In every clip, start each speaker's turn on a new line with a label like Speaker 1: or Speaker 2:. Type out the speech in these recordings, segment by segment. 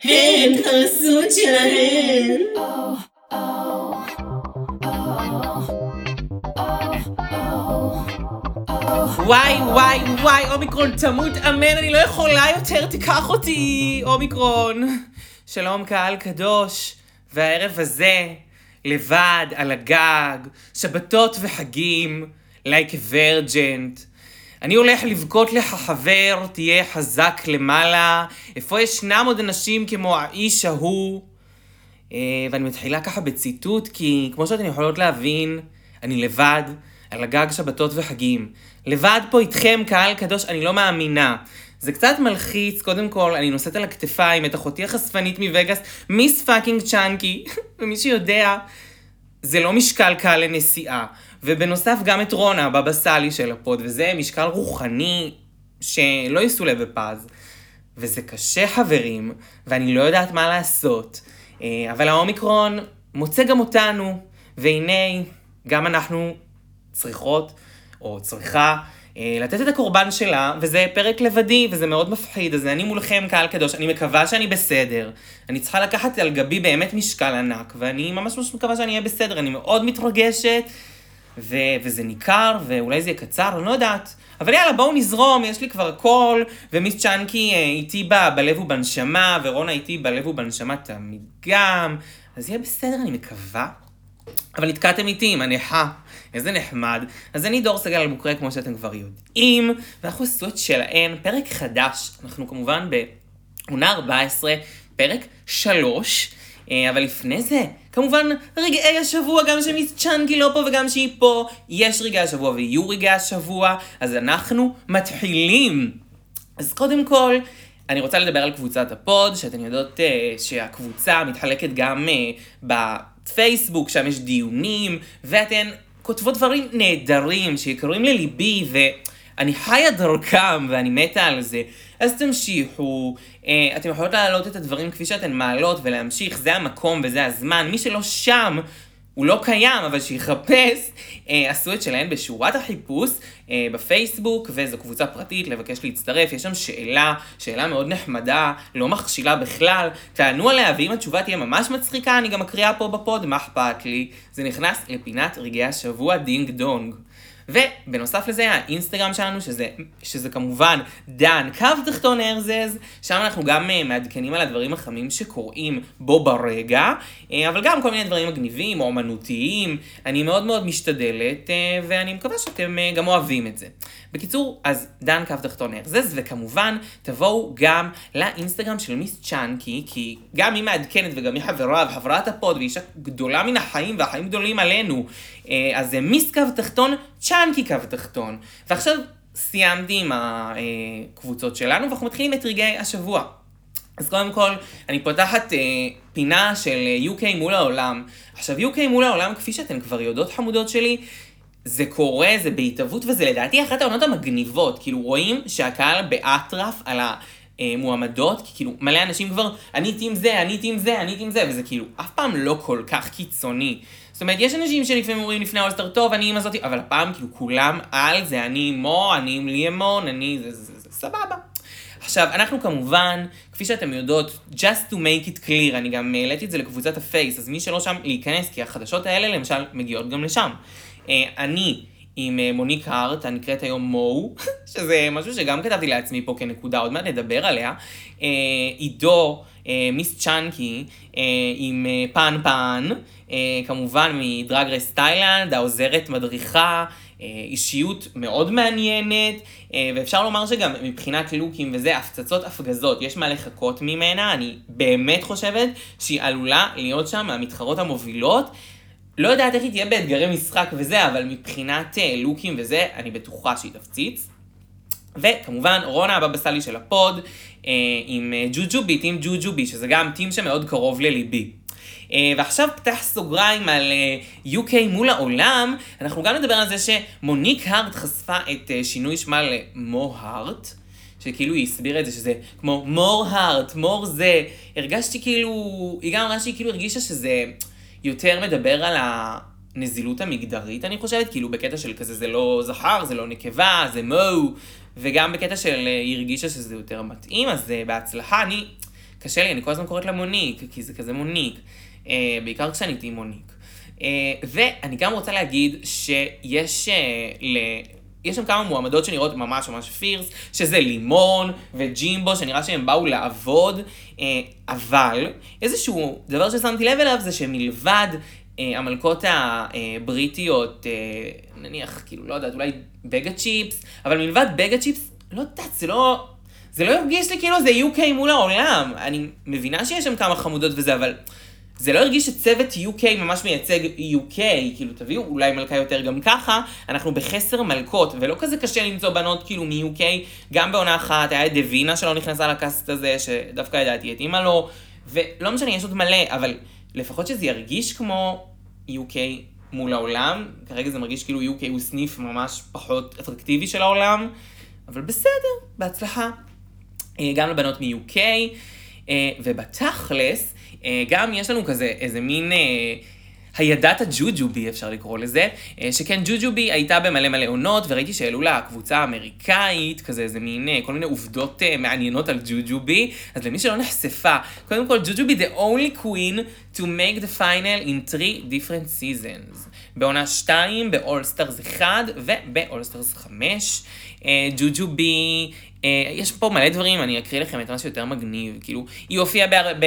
Speaker 1: הן חסות שלהן.
Speaker 2: וואי וואי וואי, אומיקרון תמות, אמן, אני לא יכולה יותר, תיקח אותי, אומיקרון. שלום קהל קדוש, והערב הזה, לבד, על הגג, שבתות וחגים, like a virgin. אני הולך לבכות לך חבר, תהיה חזק למעלה, איפה ישנם עוד אנשים כמו האיש ההוא. ואני מתחילה ככה בציטוט, כי כמו שאתם יכולות להבין, אני לבד, על הגג שבתות וחגים. לבד פה איתכם, קהל קדוש, אני לא מאמינה. זה קצת מלחיץ, קודם כל, אני נושאת על הכתפיים את אחותי החשפנית מווגאס, מיס פאקינג צ'אנקי, ומי שיודע, זה לא משקל קל לנסיעה. ובנוסף גם את רונה, הבבא סאלי של הפוד, וזה משקל רוחני שלא ייסעו לב בפז. וזה קשה חברים, ואני לא יודעת מה לעשות. אבל האומיקרון מוצא גם אותנו, והנה גם אנחנו צריכות, או צריכה, לתת את הקורבן שלה, וזה פרק לבדי, וזה מאוד מפחיד, אז אני מולכם קהל קדוש, אני מקווה שאני בסדר, אני צריכה לקחת על גבי באמת משקל ענק, ואני ממש מקווה שאני אהיה בסדר, אני מאוד מתרגשת, וזה ניכר, ואולי זה יהיה קצר, אני לא יודעת, אבל יאללה, בואו נזרום, יש לי כבר הכל, ומיס צ'אנקי איתי בלב ובנשמה, ורונה איתי בלב ובנשמה תמיד גם, אז יהיה בסדר, אני מקווה. אבל נתקעתם איתי עם הנחה, איזה נחמד. אז אני דור סגל אלבוקרק, כמו שאתם כבר יודעים, ואנחנו עשו את שלהן, פרק חדש, אנחנו כמובן בעונה 14, פרק 3, אבל לפני זה, כמובן רגעי השבוע, גם שמיס צ'אנקי לא פה וגם שהיא פה, יש רגעי השבוע ויהיו רגעי השבוע, אז אנחנו מתחילים. אז קודם כל, אני רוצה לדבר על קבוצת הפוד, שאתן יודעות שהקבוצה מתחלקת גם בפייסבוק, שם יש דיונים, ואתן כותבות דברים נהדרים שיקרים לליבי, ואני חיה דרכם ואני מתה על זה. אז תמשיכו, אתם יכולות להעלות את הדברים כפי שאתן מעלות ולהמשיך, זה המקום וזה הזמן. מי שלא שם, הוא לא קיים, אבל שיחפש, עשו את שלהן בשורת החיפוש בפייסבוק, וזו קבוצה פרטית, לבקש להצטרף, יש שם שאלה מאוד נחמדה, לא מכשילה בכלל, תענו עליה, ואם התשובה תהיה ממש מצחיקה, אני גם מקריאה פה בפוד, מה אכפת לי? זה נכנס לפינת רגעי השבוע דינג דונג. ובנוסף לזה, האינסטגרם שלנו, שזה כמובן דן __ ארזז, שם אנחנו גם מעדכנים על הדברים החמים שקורים בו ברגע, אבל גם כל מיני דברים מגניבים או אומנותיים, אני מאוד מאוד משתדלת, ואני מקווה שאתם גם אוהבים את זה. בקיצור, אז דן __ ארזז, וכמובן תבואו גם לאינסטגרם של מיס צ'אנקי, כי גם היא מעדכנת וגם היא חברה וחברת הפוד, ואישה גדולה מן החיים והחיים גדולים עלינו, אז זה מיס __ צ'אנקי __ ועכשיו סיימתי עם הקבוצות שלנו, ואנחנו מתחילים את רגעי השבוע. אז קודם כל, אני פותחת פינה של UK מול העולם. עכשיו, UK מול העולם, כפי שאתן כבר יודעות חמודות שלי, זה קורה, זה בהתאבות, וזה לדעתי אחת העונות המגניבות. כאילו, רואים שהקהל באטרף על המועמדות, כי כאילו, מלא אנשים כבר, אני איתי עם זה, אני איתי עם זה, אני איתי עם זה, וזה כאילו, אף פעם לא כל כך קיצוני. זאת אומרת, יש אנשים שלפעמים אומרים לפני אולסטר טוב, אני עם הזאתי, אבל הפעם כאילו כולם על זה, אני עם מו, אני עם לימון, אני זה סבבה. עכשיו, אנחנו כמובן, כפי שאתם יודעות, just to make it clear, אני גם העליתי את זה לקבוצת הפייס, אז מי שלא שם להיכנס, כי החדשות האלה למשל מגיעות גם לשם. אני עם מוניק הארט, אני נקראת היום מו, שזה משהו שגם כתבתי לעצמי פה כנקודה, עוד מעט נדבר עליה. עידו, מיס צ'אנקי, עם פן פן, כמובן מדרג רייס תאילנד, העוזרת מדריכה, אישיות מאוד מעניינת, ואפשר לומר שגם מבחינת לוקים וזה, הפצצות הפגזות, יש מה לחכות ממנה, אני באמת חושבת שהיא עלולה להיות שם מהמתחרות המובילות, לא יודעת איך היא תהיה באתגרי משחק וזה, אבל מבחינת לוקים וזה, אני בטוחה שהיא תפציץ. וכמובן, רונה הבבא סאלי של הפוד, עם ג'וג'ובי, טים ג'וג'ובי, שזה גם טים שמאוד קרוב לליבי. ועכשיו פתח סוגריים על UK מול העולם, אנחנו גם נדבר על זה שמוניק הארט חשפה את שינוי שמה למו הארט, שכאילו היא הסבירה את זה שזה כמו מור הארט, מור זה, הרגשתי כאילו, היא גם אמרה שהיא כאילו הרגישה שזה יותר מדבר על הנזילות המגדרית, אני חושבת, כאילו בקטע של כזה זה לא זכר, זה לא נקבה, זה מו, וגם בקטע של היא הרגישה שזה יותר מתאים, אז בהצלחה, אני קשה לי, אני כל הזמן קוראת לה מוניק, כי זה כזה מוניק. בעיקר כשאני איתי מוניק. ואני גם רוצה להגיד שיש יש שם כמה מועמדות שנראות ממש ממש פירס, שזה לימון וג'ימבו, שנראה שהם באו לעבוד, אבל איזשהו דבר ששמתי לב אליו זה שמלבד המלכות הבריטיות, נניח, כאילו, לא יודעת, אולי בגה צ'יפס, אבל מלבד בגה צ'יפס, לא יודעת, זה לא ירגיש לי כאילו זה UK מול העולם. אני מבינה שיש שם כמה חמודות וזה, אבל זה לא הרגיש שצוות UK ממש מייצג UK, כאילו תביאו אולי מלכה יותר גם ככה, אנחנו בחסר מלכות, ולא כזה קשה למצוא בנות כאילו מ-UK, גם בעונה אחת, היה את דווינה שלא נכנסה לקאסט הזה, שדווקא ידעתי את אימא לו, ולא משנה, יש עוד מלא, אבל לפחות שזה ירגיש כמו UK מול העולם, כרגע זה מרגיש כאילו UK הוא סניף ממש פחות אטרקטיבי של העולם, אבל בסדר, בהצלחה. גם לבנות מ-UK, ובתכלס, גם יש לנו כזה איזה מין הידת הג'וג'ובי, אפשר לקרוא לזה, שכן ג'וג'ובי הייתה במלא מלא עונות, וראיתי שהעלו לה קבוצה האמריקאית, כזה איזה מין, כל מיני עובדות מעניינות על ג'וג'ובי, אז למי שלא נחשפה, קודם כל ג'וג'ובי the only queen to make the final in 3 different seasons, בעונה 2, באולסטרס 1 ובאולסטרס 5, ג'וג'ובי, יש פה מלא דברים, אני אקריא לכם את מה שיותר מגניב, כאילו, היא הופיעה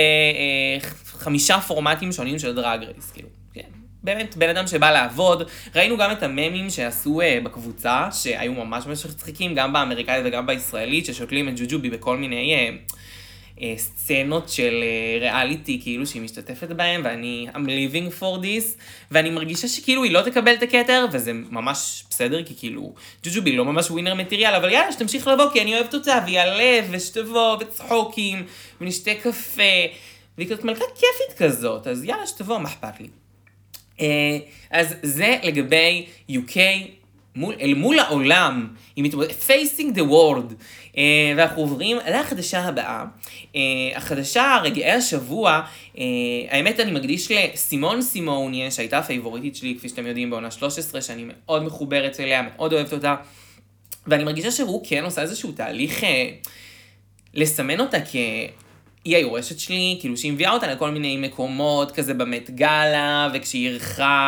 Speaker 2: ב5 פורמטים שונים של דרג רייס, כאילו, כן, באמת, בן אדם שבא לעבוד, ראינו גם את הממים שעשו בקבוצה, שהיו ממש מצחיקים, גם באמריקאית וגם בישראלית, ששותלים את ג'וג'ובי בכל מיני סצנות של ריאליטי, כאילו שהיא משתתפת בהם, ואני I'm living for this, ואני מרגישה שכאילו היא לא תקבל את הכתר, וזה ממש בסדר, כי כאילו, ג'וג'ובי לא ממש ווינר מטריאל, אבל יאללה, שתמשיך לבוא, כי אני אוהבת אותה, והיא הלב, ושתבוא, וצחוקים, ונשתה קפה, והיא כזאת מלכה כיפית כזאת, אז יאללה, שתבוא, מה אכפת לי? אז זה לגבי UK, אל מול העולם, facing the world, ואנחנו עוברים לחדשה הבאה. החדשה, רגעי השבוע, האמת אני מקדיש לסימון סימוניה, שהייתה הפייבוריטית שלי, כפי שאתם יודעים, בעונה 13, שאני מאוד מחוברת אליה, מאוד אוהבת אותה, ואני מרגישה שהוא כן עושה איזשהו תהליך לסמן אותה היא היורשת שלי, כאילו שהיא מביאה אותה לכל מיני מקומות, כזה באמת גלה, וכשהיא ערכה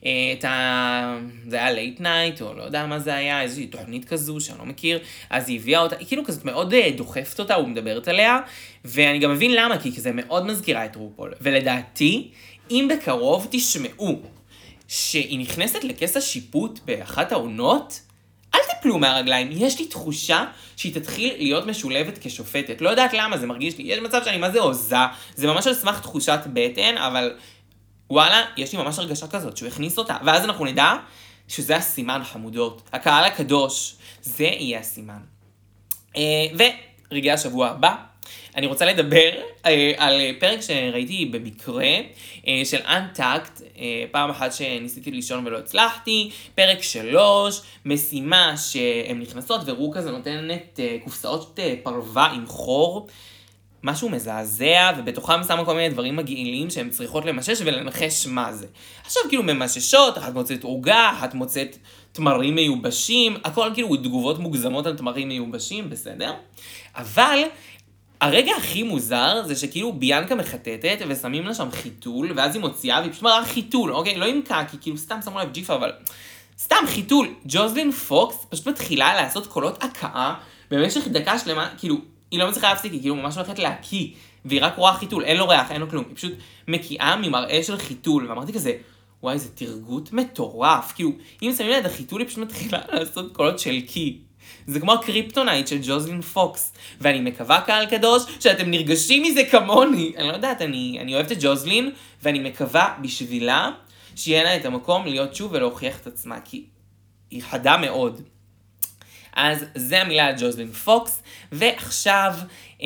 Speaker 2: זה היה late night, או לא יודע מה זה היה, איזושהי תוכנית כזו שאני לא מכיר, אז היא הביאה אותה, היא כאילו כזאת מאוד דוחפת אותה, הוא מדברת עליה, ואני גם מבין למה, כי זה מאוד מזכירה את רופול, ולדעתי, אם בקרוב תשמעו שהיא נכנסת לכס השיפוט באחת העונות, אל תפלו מהרגליים, יש לי תחושה שהיא תתחיל להיות משולבת כשופטת. לא יודעת למה, זה מרגיש לי, יש מצב שאני מה זה עוזה, זה ממש על סמך תחושת בטן, אבל וואלה, יש לי ממש הרגשה כזאת שהוא הכניס אותה. ואז אנחנו נדע שזה הסימן חמודות, הקהל הקדוש, זה יהיה הסימן. ורגעי השבוע הבא, אני רוצה לדבר על פרק שראיתי במקרה של Untucked, פעם אחת שניסיתי לישון ולא הצלחתי, פרק 3, משימה שהן נכנסות ורוק הזה נותנת קופסאות פרווה עם חור, משהו מזעזע, ובתוכם שמה כל מיני דברים מגעילים שהן צריכות למשש ולנחש מה זה. עכשיו כאילו ממששות, אחת מוצאת עוגה, אחת מוצאת תמרים מיובשים, הכל כאילו תגובות מוגזמות על תמרים מיובשים, בסדר? אבל הרגע הכי מוזר זה שכאילו ביאנקה מחטטת ושמים לה שם חיתול, ואז היא מוציאה והיא פשוט מראה חיתול, אוקיי? לא עם קאקי, כאילו סתם שמו לה ג'יפה, אבל סתם חיתול. ג'וזלין פוקס פשוט מתחילה לעשות קולות הקאה במשך דקה שלמה, כאילו היא לא מצליחה להפסיק, היא כאילו ממש הולכת להקיא, והיא רק רואה חיתול, אין לו ריח, אין לו כלום, היא פשוט מקיאה ממראה של חיתול, ואמרתי כזה, וואי, זה תרגות מטורף, כאילו, אם שמים לה את החיתול, היא פשוט מתחילה לעשות קולות של קי. זה כמו הקריפטונייט של ג'וזלין פוקס, ואני מקווה קהל קדוש שאתם נרגשים מזה כמוני. אני לא יודעת, אני אוהבת את ג'וזלין, ואני מקווה בשבילה שיהיה לה את המקום להיות שוב ולהוכיח את עצמה, כי היא חדה מאוד. אז זה המילה על ג'וזלין פוקס, ועכשיו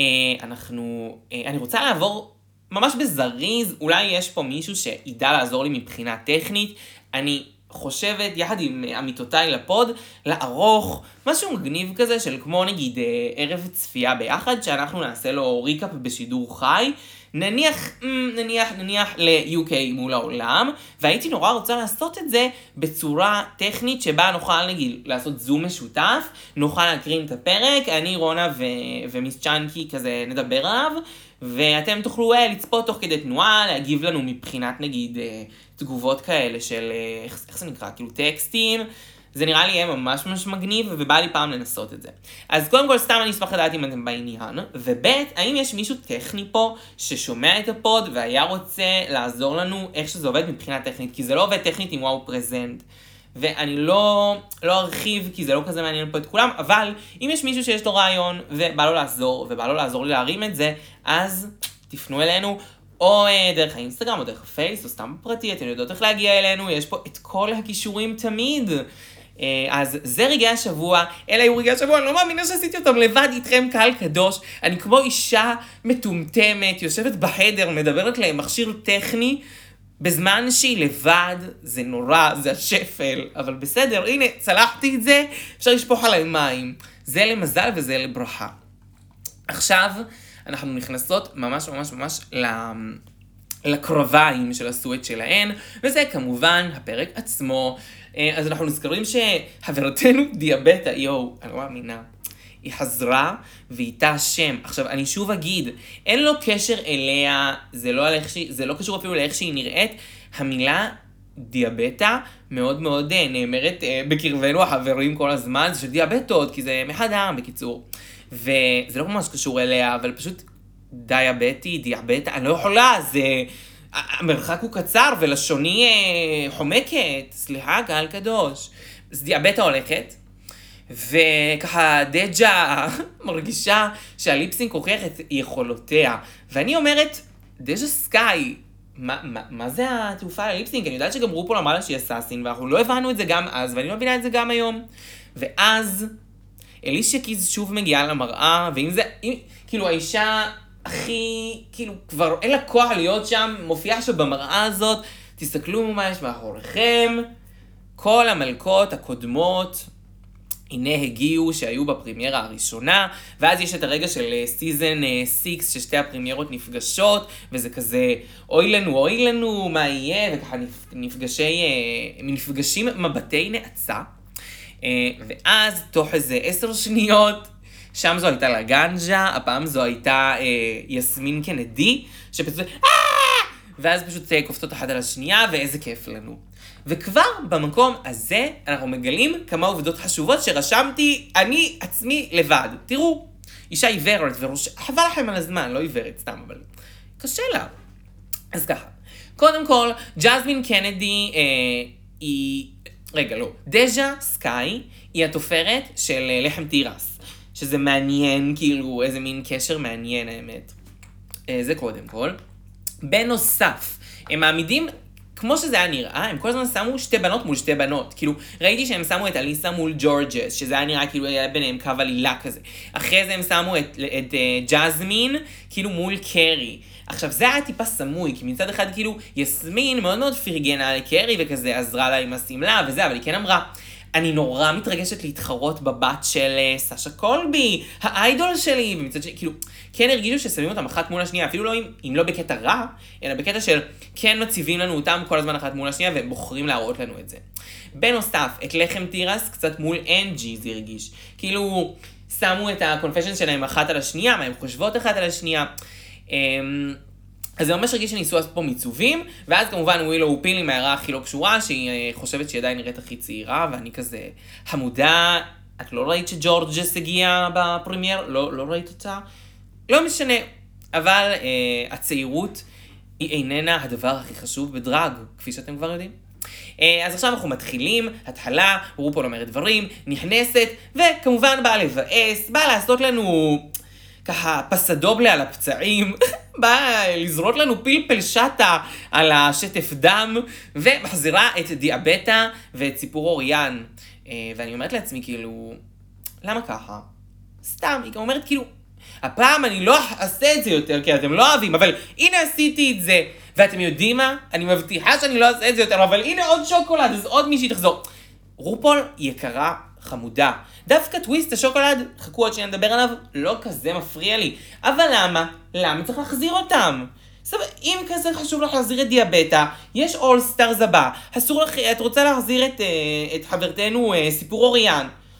Speaker 2: אני רוצה לעבור ממש בזריז, אולי יש פה מישהו שידע לעזור לי מבחינה טכנית, אני חושבת, יחד עם עמיתותיי לפוד, לערוך משהו מגניב כזה של כמו נגיד ערב צפייה ביחד, שאנחנו נעשה לו ריקאפ בשידור חי, נניח ל-UK מול העולם, והייתי נורא רוצה לעשות את זה בצורה טכנית שבה נוכל נגיד לעשות זום משותף, נוכל להקרין את הפרק, אני רונה ומיס צ'אנקי כזה נדבר עליו, ואתם תוכלו לצפות תוך כדי תנועה, להגיב לנו מבחינת נגיד תגובות כאלה של, איך זה נקרא? כאילו טקסטים. זה נראה לי יהיה ממש ממש מגניב, ובא לי פעם לנסות את זה. אז קודם כל סתם אני אשמח לדעת אם אתם בעניין, ובית, האם יש מישהו טכני פה ששומע את הפוד והיה רוצה לעזור לנו איך שזה עובד מבחינה טכנית, כי זה לא עובד טכנית עם וואו פרזנט. ואני לא ארחיב, כי זה לא כזה מעניין פה את כולם, אבל אם יש מישהו שיש לו רעיון ובא לו לעזור לי להרים את זה, אז תפנו אלינו, או דרך האינסטגרם, או דרך הפייס, או סתם בפרטי, אתם יודעות איך להגיע אלינו, יש פה את כל הכישורים תמיד. אז זה רגעי השבוע, אלה היו רגעי השבוע, אני לא מאמינה שעשיתי אותם לבד איתכם קהל קדוש, אני כמו אישה מטומטמת, יושבת בחדר, מדברת להם מכשיר טכני, בזמן שהיא לבד, זה נורא, זה השפל, אבל בסדר, הנה, צלחתי את זה, אפשר לשפוך עליי מים. זה למזל וזה לברכה. עכשיו, אנחנו נכנסות ממש ממש ממש לקרביים של הסואט שלהן, וזה כמובן הפרק עצמו. אז אנחנו נזכרים שחברתנו דיאבטה, אני לא מאמינה, היא חזרה ואיתה שם. עכשיו, אני שוב אגיד, אין לו קשר אליה, זה לא קשור אפילו לאיך שהיא נראית. המילה דיאבטה מאוד מאוד נאמרת בקרבנו החברים כל הזמן, זה של דיאבטות, כי זה מחדם בקיצור. וזה לא ממש קשור אליה, אבל פשוט דיאבטה, אני לא יכולה, המרחק הוא קצר ולשוני חומקת, סליחה, קהל קדוש. אז דיאבטה הולכת, וככה דג'ה מרגישה שהליפסינק הוכיח את יכולותיה. ואני אומרת, דג'ה סקאי, מה זה התעופה על הליפסינק? אני יודעת שגם רופול אמרה לה שהיא אסאסין, ואנחנו לא הבנו את זה גם אז, ואני לא מבינה את זה גם היום. ואז אלישיה קיז שוב מגיעה למראה, ואם זה, כאילו האישה הכי, כאילו כבר אין לה כוח להיות שם, מופיעה שבמראה הזאת, תסתכלו מה יש מאחוריכם, כל המלכות הקודמות, הנה הגיעו שהיו בפרימיירה הראשונה, ואז יש את הרגע של סיזן 6 ששתי הפרימיירות נפגשות, וזה כזה אוי לנו, מה יהיה, וככה נפגשים מבטי נעצה, ואז תוך איזה 10 שניות, שם זו הייתה לגנג'ה, הפעם זו הייתה יסמין קנדי, שפשוט ואז פשוט קופצות אחת על השנייה, ואיזה כיף לנו. וכבר במקום הזה אנחנו מגלים כמה עובדות חשובות שרשמתי אני עצמי לבד. תראו, אישה עיוורת חבל לכם על הזמן, לא עיוורת סתם, אבל קשה לה. אז ככה, קודם כל, ג'זמין קנדי דז'ה סקאי היא התופרת של לחם תירס, שזה מעניין, כאילו איזה מין קשר מעניין האמת. זה קודם כל. בנוסף, הם מעמידים, כמו שזה היה נראה, הם כל הזמן שמו שתי בנות מול שתי בנות. כאילו, ראיתי שהם שמו את אליסה מול ג'ורג'ס, שזה היה נראה כאילו היה ביניהם קו עלילה כזה. אחרי זה הם שמו את ג'זמין, כאילו מול קרי. עכשיו, זה היה טיפה סמוי, כי מצד אחד כאילו יסמין מאוד מאוד פרגנה לקרי וכזה, עזרה לה עם הסמלה וזה, אבל היא כן אמרה, אני נורא מתרגשת להתחרות בבת של סשה קולבי, האיידול שלי, ומצד שכאילו, כן הרגישו ששמים אותם אחת מול השנייה, אפילו לא אם לא בקטע רע, אלא בקטע של כן מציבים לנו אותם כל הזמן אחת מול השנייה, והם בוחרים להראות לנו את זה. בנוסף, את לחם תירס קצת מול אנג'י זה הרגיש. כאילו, שמו את הקונפשן שלהם אחת על השנייה, מה הם חושבות אחת על השנייה. אז זה ממש רגיש שניסו פה מיצובים, ואז כמובן ווילו פילי מהערה הכי לא קשורה, שהיא חושבת שהיא עדיין נראית הכי צעירה, ואני כזה חמודה, את לא ראית שג'ורג'ס הגיע בפרמייר? לא ראית אותה? לא משנה, אבל הצעירות היא איננה הדבר הכי חשוב בדרג, כפי שאתם כבר יודעים. אז עכשיו אנחנו מתחילים, התחלה, רופול אומרת דברים, נכנסת, וכמובן באה לבאס, באה לעשות לנו ככה פסדובלה על הפצעים, באה לזרות לנו פלפל שטה על השטף דם, ומחזירה את דיאבטה ואת סיפור אוריאן. ואני אומרת לעצמי כאילו, למה ככה? סתם, היא גם אומרת כאילו, הפעם אני לא אעשה את זה יותר, כי אתם לא אוהבים, אבל הנה עשיתי את זה. ואתם יודעים מה? אני מבטיחה שאני לא אעשה את זה יותר, אבל הנה עוד שוקולד, אז עוד מישהי תחזור. רופול יקרה חמודה. דווקא טוויסט השוקולד, חכו עוד שנדבר עליו, לא כזה מפריע לי. אבל למה? למה צריך להחזיר אותם? אם כזה חשוב לך להחזיר את דיאבטה, יש אול סטארס הבא. אסור לך, את רוצה להחזיר את חברתנו סיפור אוריאן.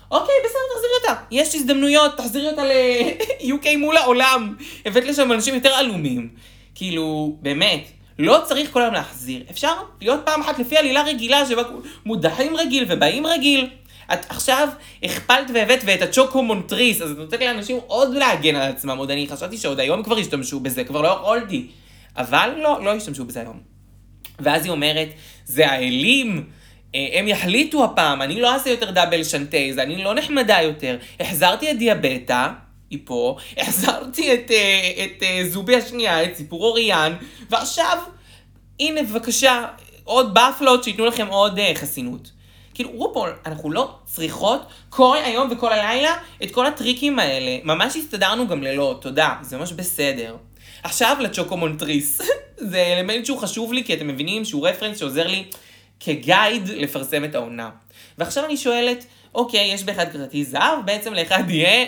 Speaker 2: אוקיי, בסדר, תחזירי אותה. יש הזדמנויות, תחזירי אותה ל-UK מול העולם. הבאת לשם אנשים יותר עלומים. כאילו, באמת, לא צריך כל היום להחזיר. אפשר להיות פעם אחת לפי עלילה רגילה, שבה מודחים רגיל ובאים רגיל. את עכשיו הכפלת והבאת ואת הצ'וקו מונטריס, אז את נותנת לאנשים עוד להגן על עצמם. עוד אני חשבתי שעוד היום כבר השתמשו בזה, כבר לא יכולתי. אבל לא השתמשו בזה היום. ואז היא אומרת, זה האלים, הם יחליטו הפעם, אני לא אעשה יותר דאבל שנטייז, אני לא נחמדה יותר. החזרתי את דיאבטה, היא פה, החזרתי את זובי השנייה, את סיפור אוריאן, ועכשיו, הנה בבקשה, עוד באפלות שיתנו לכם עוד חסינות. כאילו, רופול, אנחנו לא צריכות כל היום וכל הלילה את כל הטריקים האלה. ממש הסתדרנו גם ללא, תודה, זה ממש בסדר. עכשיו לצ'וקו מונטריס. זה אלמנט שהוא חשוב לי, כי אתם מבינים שהוא רפרנס שעוזר לי כגייד לפרסם את העונה. ועכשיו אני שואלת, אוקיי, יש באחד כרטיס זהב, בעצם לאחד יהיה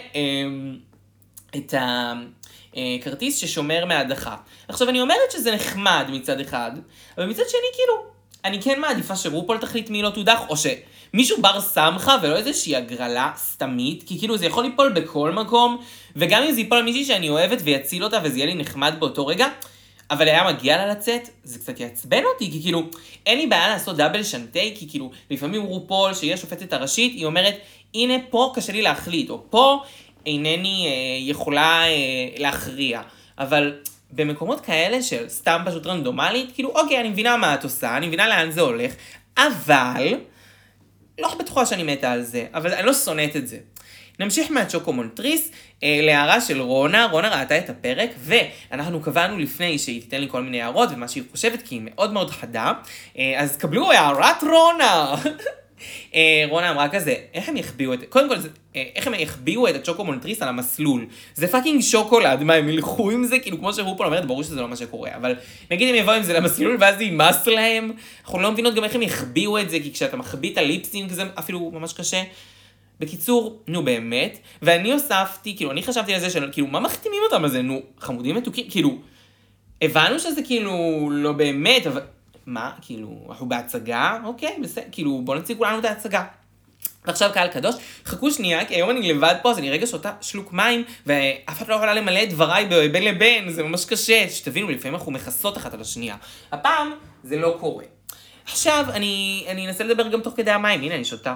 Speaker 2: את הכרטיס ששומר מהדחה. עכשיו אני אומרת שזה נחמד מצד אחד, אבל מצד שני כאילו, אני כן מעדיפה שרופול תחליט מי לא תודח, או שמישהו בר סמכה ולא איזושהי הגרלה סתמית, כי כאילו זה יכול ליפול בכל מקום, וגם אם זה ייפול על מישהי שאני אוהבת ויציל אותה וזה יהיה לי נחמד באותו רגע, אבל היה מגיע לה לצאת, זה קצת יעצבן אותי, כי כאילו, אין לי בעיה לעשות דאבל שנטי, כי כאילו, לפעמים רופול, שהיא השופטת הראשית, היא אומרת, הנה פה קשה לי להחליט, או פה אינני יכולה להכריע. אבל במקומות כאלה של סתם פשוט רנדומלית, כאילו, אוקיי, אני מבינה מה את עושה, אני מבינה לאן זה הולך, אבל, לא בטוחה שאני מתה על זה, אבל אני לא שונאת את זה. נמשיך מהצ'וקו מונטריס להערה של רונה. רונה ראתה את הפרק, ואנחנו קבענו לפני שהיא תיתן לי כל מיני הערות ומה שהיא חושבת, כי היא מאוד מאוד חדה. אז קבלו הערת רונה. רונה אמרה כזה, איך הם יחביאו את, קודם כל, איך הם יחביאו את הצ'וקו מונטריס על המסלול? זה פאקינג שוקולד, מה, הם ילכו עם זה? כאילו, כמו שרופול אומרת, ברור שזה לא מה שקורה, אבל נגיד הם יבואו עם זה למסלול, ואז זה יימס להם. אנחנו לא מבינות גם איך הם יחביאו את זה, כי כשאתה מחביא את הליפסינג, זה אפילו ממש קשה. בקיצור, נו באמת, ואני הוספתי, כאילו, אני חשבתי על זה של, כאילו, מה מחתימים אותם על זה? נו, חמודים מתוקים, כאילו, הבנו שזה כאילו לא באמת, אבל, מה, כאילו, אנחנו בהצגה? אוקיי, בסדר, כאילו, בואו נציג כולנו את ההצגה. ועכשיו קהל קדוש, חכו שנייה, כי היום אני לבד פה, אז אני רגע שותה שלוק מים, ואף אחד לא יכולה למלא את דבריי בין לבין, זה ממש קשה, שתבינו, לפעמים אנחנו מכסות אחת על השנייה. הפעם, זה לא קורה. עכשיו, אני אנסה לדבר גם תוך כדי המים, הנה, אני שותה.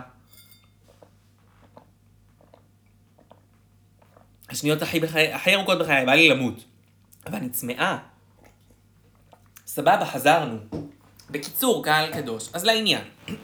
Speaker 2: השניות הכי ארוכות בחיי, בא לי למות. אבל אני צמאה. סבבה, חזרנו. בקיצור, קהל קדוש. אז לעניין.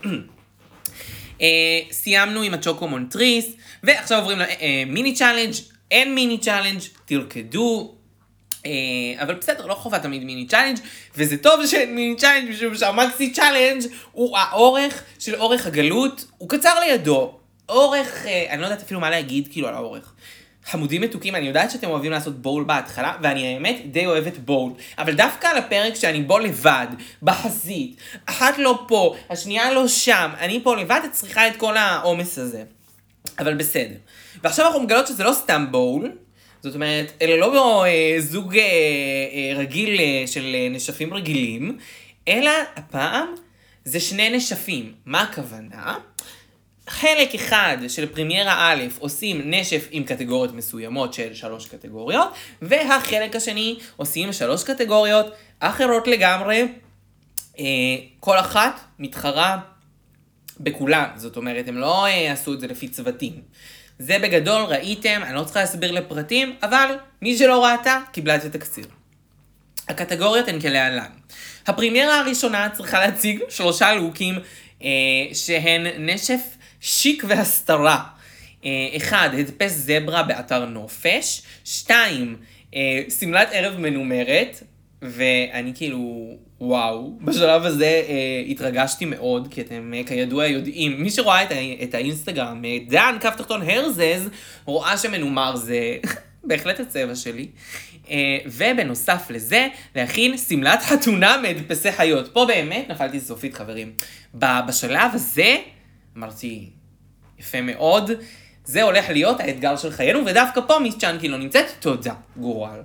Speaker 2: סיימנו עם הצ'וקו מונטריס, ועכשיו עוברים למיני צ'אלנג'. אין מיני צ'אלנג', תרקדו. אבל בסדר, לא חובה תמיד מיני צ'אלנג', וזה טוב שאין מיני צ'אלנג', משום שהמקסי צ'אלנג' הוא האורך של אורך הגלות, הוא קצר לידו. אורך, אני לא יודעת אפילו מה להגיד כאילו על האורך. חמודים מתוקים, אני יודעת שאתם אוהבים לעשות בול בהתחלה, ואני האמת די אוהבת בול. אבל דווקא על הפרק שאני בו לבד, בחזית, אחת לא פה, השנייה לא שם, אני פה לבד, את צריכה את כל העומס הזה. אבל בסדר. ועכשיו אנחנו מגלות שזה לא סתם בול, זאת אומרת, אלה לא זוג רגיל של נשפים רגילים, אלא הפעם זה שני נשפים. מה הכוונה? חלק אחד של פרימיירה א' עושים נשף עם קטגוריות מסוימות של 3 קטגוריות, והחלק השני עושים 3 קטגוריות אחרות לגמרי, כל אחת מתחרה בכולה, זאת אומרת, הם לא עשו את זה לפי צוותים. זה בגדול ראיתם, אני לא צריכה להסביר לפרטים, אבל מי שלא ראתה קיבלה את התקציר. הקטגוריות הן כלהלן. הפרימיירה הראשונה צריכה להציג 3 לוקים שהן נשף שיק והסתרה. 1, הדפס זברה באתר נופש. 2, סמלת ערב מנומרת. ואני כאילו, וואו, בשלב הזה התרגשתי מאוד, כי אתם כידוע יודעים, מי שרואה את האינסטגרם, דן, כף תחתון הרזז, רואה שמנומר זה בהחלט הצבע שלי. ובנוסף לזה, להכין סמלת חתונה מהדפסי חיות. פה באמת נפלתי סופית, חברים. בשלב הזה, אמרתי, יפה מאוד, זה הולך להיות האתגר של חיינו, ודווקא פה מיס צ'אנקי לא נמצאת, תודה, גורל.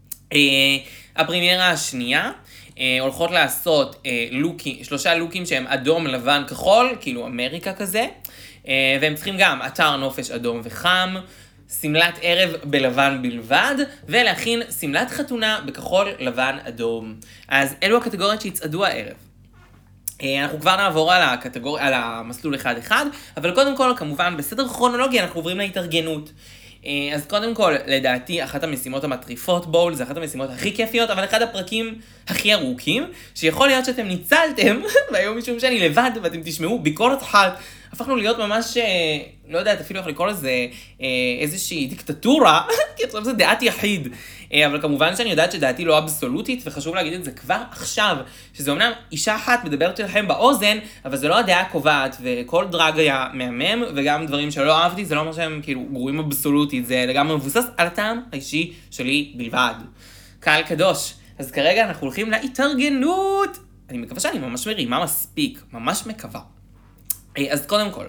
Speaker 2: הפרימיירה השנייה, הולכות לעשות 3 לוקים שהם אדום, לבן, כחול, כאילו אמריקה כזה, והם צריכים גם אתר נופש אדום וחם, סמלת ערב בלבן בלבד, ולהכין סמלת חתונה בכחול לבן אדום. אז אלו הקטגוריות שהצעדו הערב. אנחנו כבר נעבור על המסלול אחד, אבל קודם כל, כמובן, בסדר כרונולוגי אנחנו עוברים להתארגנות. אז קודם כל, לדעתי, אחת המשימות המטריפות בול, זה אחת המשימות הכי כיפיות, אבל אחד הפרקים הכי ארוכים, שיכול להיות שאתם ניצלתם, והיום משום שאני לבד, ואתם תשמעו ביקורת אחת, הפכנו להיות ממש, לא יודעת אפילו איך לקרוא לזה, איזושהי דיקטטורה, כי עכשיו זה דעת יחיד. אבל כמובן שאני יודעת שדעתי לא אבסולוטית, וחשוב להגיד את זה כבר עכשיו, שזה אומנם אישה אחת מדברת לכם באוזן, אבל זה לא הדעה הקובעת, וכל דרג היה מהמם, וגם דברים שלא אהבתי, זה לא אומר שהם כאילו גרועים אבסולוטית, זה לגמרי מבוסס על הטעם האישי שלי בלבד. קהל קדוש, אז כרגע אנחנו הולכים להתארגנות. אני מקווה שאני ממש מרימה מספיק, ממש מקווה. אז קודם כל,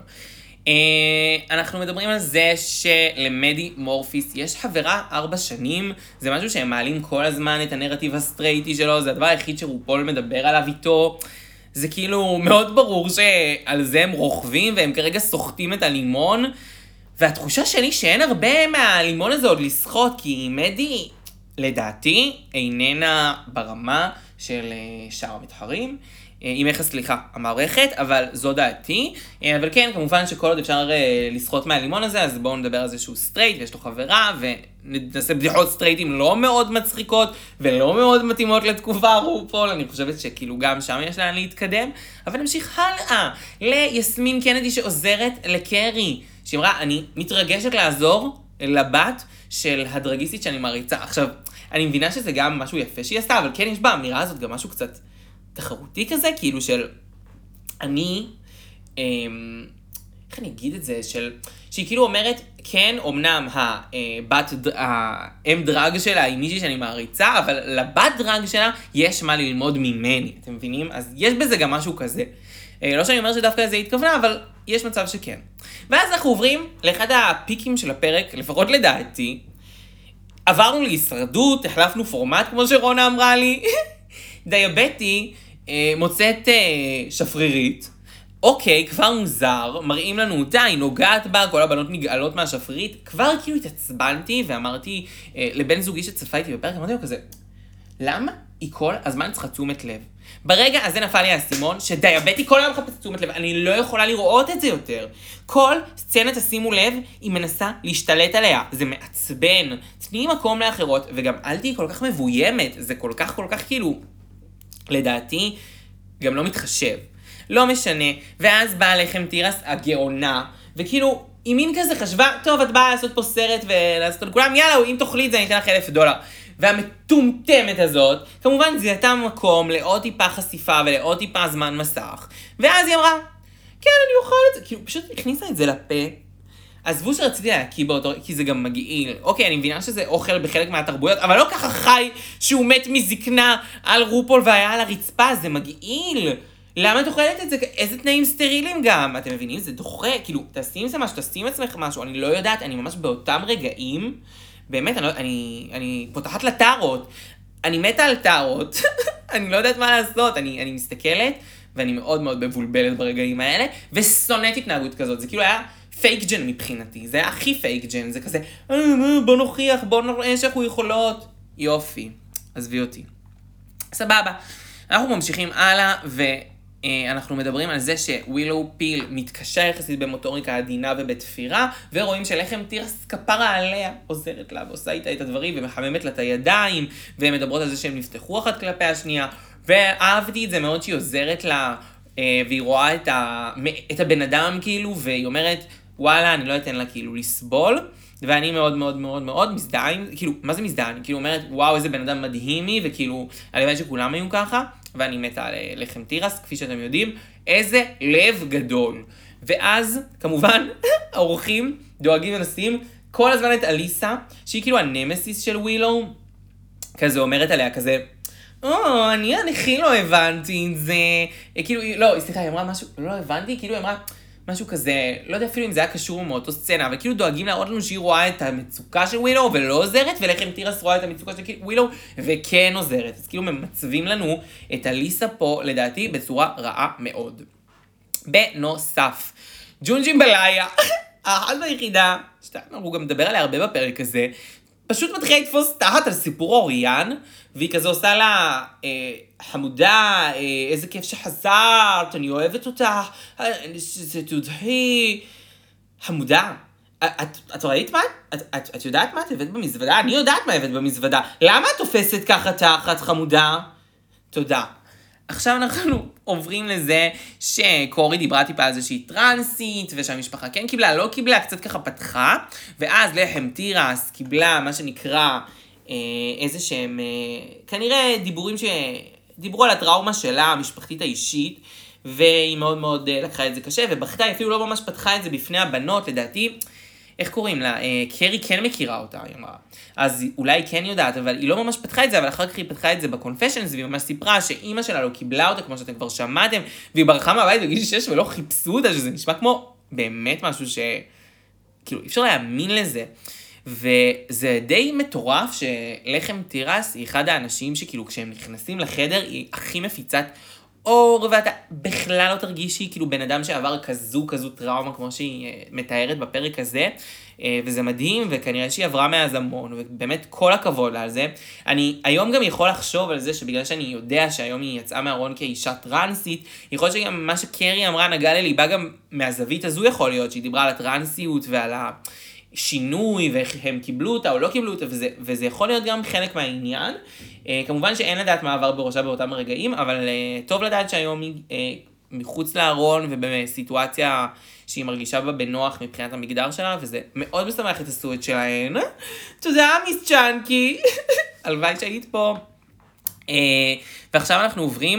Speaker 2: אנחנו מדברים על זה שלמדי מורפיס יש חברה 4 שנים, זה משהו שהם מעלים כל הזמן את הנרטיב הסטרייטי שלו, זה הדבר היחיד שרופול מדבר עליו איתו, זה כאילו מאוד ברור שעל זה הם רוכבים והם כרגע סוחטים את הלימון, והתחושה שלי שאין הרבה מהלימון הזה עוד לסחוט, כי מדי לדעתי איננה ברמה של שאר המתחרים, סליחה, המערכת, אבל זו דעתי. אבל כן, כמובן שכל עוד אפשר לסחוט מהלימון הזה, אז בואו נדבר על זה שהוא סטרייט, ויש לו חברה, ונעשה בדיחות סטרייטים לא מאוד מצחיקות, ולא מאוד מתאימות לתקופה רופול. אני חושבת שכאילו גם שם יש לאן להתקדם. אבל נמשיך הלאה, ליסמין קנדי שעוזרת לקרי, שאמרה, אני מתרגשת לעזור לבת של הדרגיסטית שאני מעריצה. עכשיו, אני מבינה שזה גם משהו יפה שהיא עשתה, אבל כן יש באמירה הזאת גם משהו קצת תחרותי כזה, כאילו של אני, איך אני אגיד את זה, שהיא כאילו אומרת, כן, אמנם האם דרג שלה היא מישהי שאני מעריצה, אבל לבת דרג שלה יש מה ללמוד ממני, אתם מבינים? אז יש בזה גם משהו כזה. לא שאני אומר שדווקא לזה התכוונה, אבל יש מצב שכן. ואז אנחנו עוברים לאחד הפיקים של הפרק, לפחות לדעתי, עברנו להישרדות, החלפנו פורמט כמו שרונה אמרה לי, דיאבטי מוצאת שפרירית, אוקיי, כבר מוזר, מראים לנו אותה, היא נוגעת בה, כל הבנות נגאלות מהשפרירית, כבר כאילו התעצבנתי ואמרתי לבן זוגי שצפה איתי בפרק, אמרתי לו כזה, למה היא כל הזמן צריכה תשומת לב? ברגע הזה נפל לי האסימון שדיאבטי כל היום מחפשת תשומת לב, אני לא יכולה לראות את זה יותר. כל סצנה, תשימו לב, היא מנסה להשתלט עליה, זה מעצבן, תני מקום לאחרות, וגם אל תהי כל כך מבוימת, זה כל כך כאילו, לדעתי, גם לא מתחשב. לא משנה, ואז באה לכם תירס הגאונה, וכאילו, היא מין כזה חשבה, טוב, את באה לעשות פה סרט ולעשות על כולם, יאללה, אם תאכלי את זה, אני אתן לך $1,000. והמטומטמת הזאת, כמובן זיהתה מקום לעוד טיפה חשיפה ולעוד טיפה זמן מסך, ואז היא אמרה, כן, אני אוכל את זה, כאילו, פשוט הכניסה את זה לפה, עזבו שרציתי להקיא באותו, כי זה גם מגעיל. אוקיי, אני מבינה שזה אוכל בחלק מהתרבויות, אבל לא ככה חי שהוא מת מזקנה על רופול והיה על הרצפה, זה מגעיל. למה את אוכלת את זה? איזה תנאים סטרילים גם? אתם מבינים? זה דוחה, כאילו, תשים את זה משהו, תשים עצמך משהו, אני לא יודעת, אני ממש באותם רגעים, באמת, אני פותחת לטארות, אני מתה על טארות, אני לא יודעת מה לעשות, אני מסתכלת, ואני מאוד מאוד מבולבלת ברגעים האלה, ושונאת התנהגות כזאת, זה כאילו היה פייק ג'ן מבחינתי, זה היה הכי פייק ג'ן, זה כזה, בוא נוכיח, בוא נראה שאנחנו יכולות, יופי, עזבי אותי. סבבה, אנחנו ממשיכים הלאה, ואנחנו מדברים על זה שווילו פיל מתקשה יחסית במוטוריקה עדינה ובתפירה, ורואים שלחם תירס כפרה עליה, עוזרת לה ועושה איתה את הדברים, ומחממת לה את הידיים, והן מדברות על זה שהן נפתחו אחת כלפי השנייה, ואהבתי את זה מאוד שהיא עוזרת לה, והיא רואה את הבן אדם כאילו, והיא אומרת, וואלה, אני לא אתן לה כאילו לסבול, ואני מאוד מאוד מאוד מאוד מזדהה, כאילו, מה זה מזדהה? אני כאילו אומרת, וואו, איזה בן אדם מדהימי, וכאילו, הלוואי שכולם היו ככה, ואני מתה על לחם תירס, כפי שאתם יודעים, איזה לב גדול. ואז, כמובן, האורחים דואגים ונשים כל הזמן את אליסה, שהיא כאילו הנמסיס של ווילו, כזה אומרת עליה, כזה, אני הכי לא הבנתי את זה, כאילו, לא, סליחה, היא אמרה משהו, לא הבנתי, כאילו היא אמרה משהו כזה, לא יודע אפילו אם זה היה קשור מאותו סצנה, אבל כאילו דואגים להראות לנו שהיא רואה את המצוקה של ווילו ולא עוזרת, ולחם תירס רואה את המצוקה של ווילו וכן עוזרת, אז כאילו ממצבים לנו את אליסה פה, לדעתי, בצורה רעה מאוד. בנוסף, ג'ונג'ים בליה, האחת והיחידה, שאנחנו גם מדבר עליה הרבה בפרק הזה, פשוט מתחילה לתפוס תחת על סיפור אוריאן, והיא כזה עושה לה, חמודה, איזה כיף שחזרת, אני אוהבת אותך, תודחי, חמודה. את ראית מה? את יודעת מה את הבאת במזוודה? אני יודעת מה הבאת במזוודה. למה את תופסת ככה תחת חמודה? תודה. עכשיו אנחנו עוברים לזה שקורי דיברה טיפה על זה שהיא טרנסית, ושהמשפחה כן קיבלה, לא קיבלה, קצת ככה פתחה, ואז לחם תירס קיבלה מה שנקרא איזה שהם, כנראה דיברו על הטראומה שלה, המשפחתית האישית, והיא מאוד מאוד לקחה את זה קשה, ובכתה, היא אפילו לא ממש פתחה את זה בפני הבנות, לדעתי, איך קוראים לה? קרי כן מכירה אותה, היא אמרה. אז אולי היא כן יודעת, אבל היא לא ממש פתחה את זה, אבל אחר כך היא פתחה את זה בקונפשנס, והיא ממש סיפרה שאימא שלה לא קיבלה אותה, כמו שאתם כבר שמעתם, והיא ברחה מהבית בגיל 6 ולא חיפשו אותה, שזה נשמע כמו באמת משהו כאילו, אי אפשר להאמין לזה. וזה די מטורף שלחם תירס היא אחד האנשים שכאילו כשהם נכנסים לחדר היא הכי מפיצת אור, ואתה בכלל לא תרגיש שהיא כאילו בן אדם שעבר כזו טראומה כמו שהיא מתארת בפרק הזה, וזה מדהים, וכנראה שהיא עברה מאז המון, ובאמת כל הכבוד על זה. אני היום גם יכול לחשוב על זה שבגלל שאני יודע שהיום היא יצאה מהארון כאישה טרנסית, יכול להיות שגם מה שקרי אמרה נגע לליבה גם מהזווית הזו יכול להיות, שהיא דיברה על הטרנסיות ועל השינוי, ואיך הם קיבלו אותה או לא קיבלו אותה, וזה יכול להיות גם חלק מהעניין. כמובן שאין לדעת מה עבר בראשה באותם רגעים, אבל טוב לדעת שהיום היא מחוץ לארון ובסיטואציה שהיא מרגישה בה בנוח מבחינת המגדר שלה, וזה מאוד משמח את הסוט שלהן. תודה מיס צ'אנקי, הלוואי שהיית פה. ועכשיו אנחנו עוברים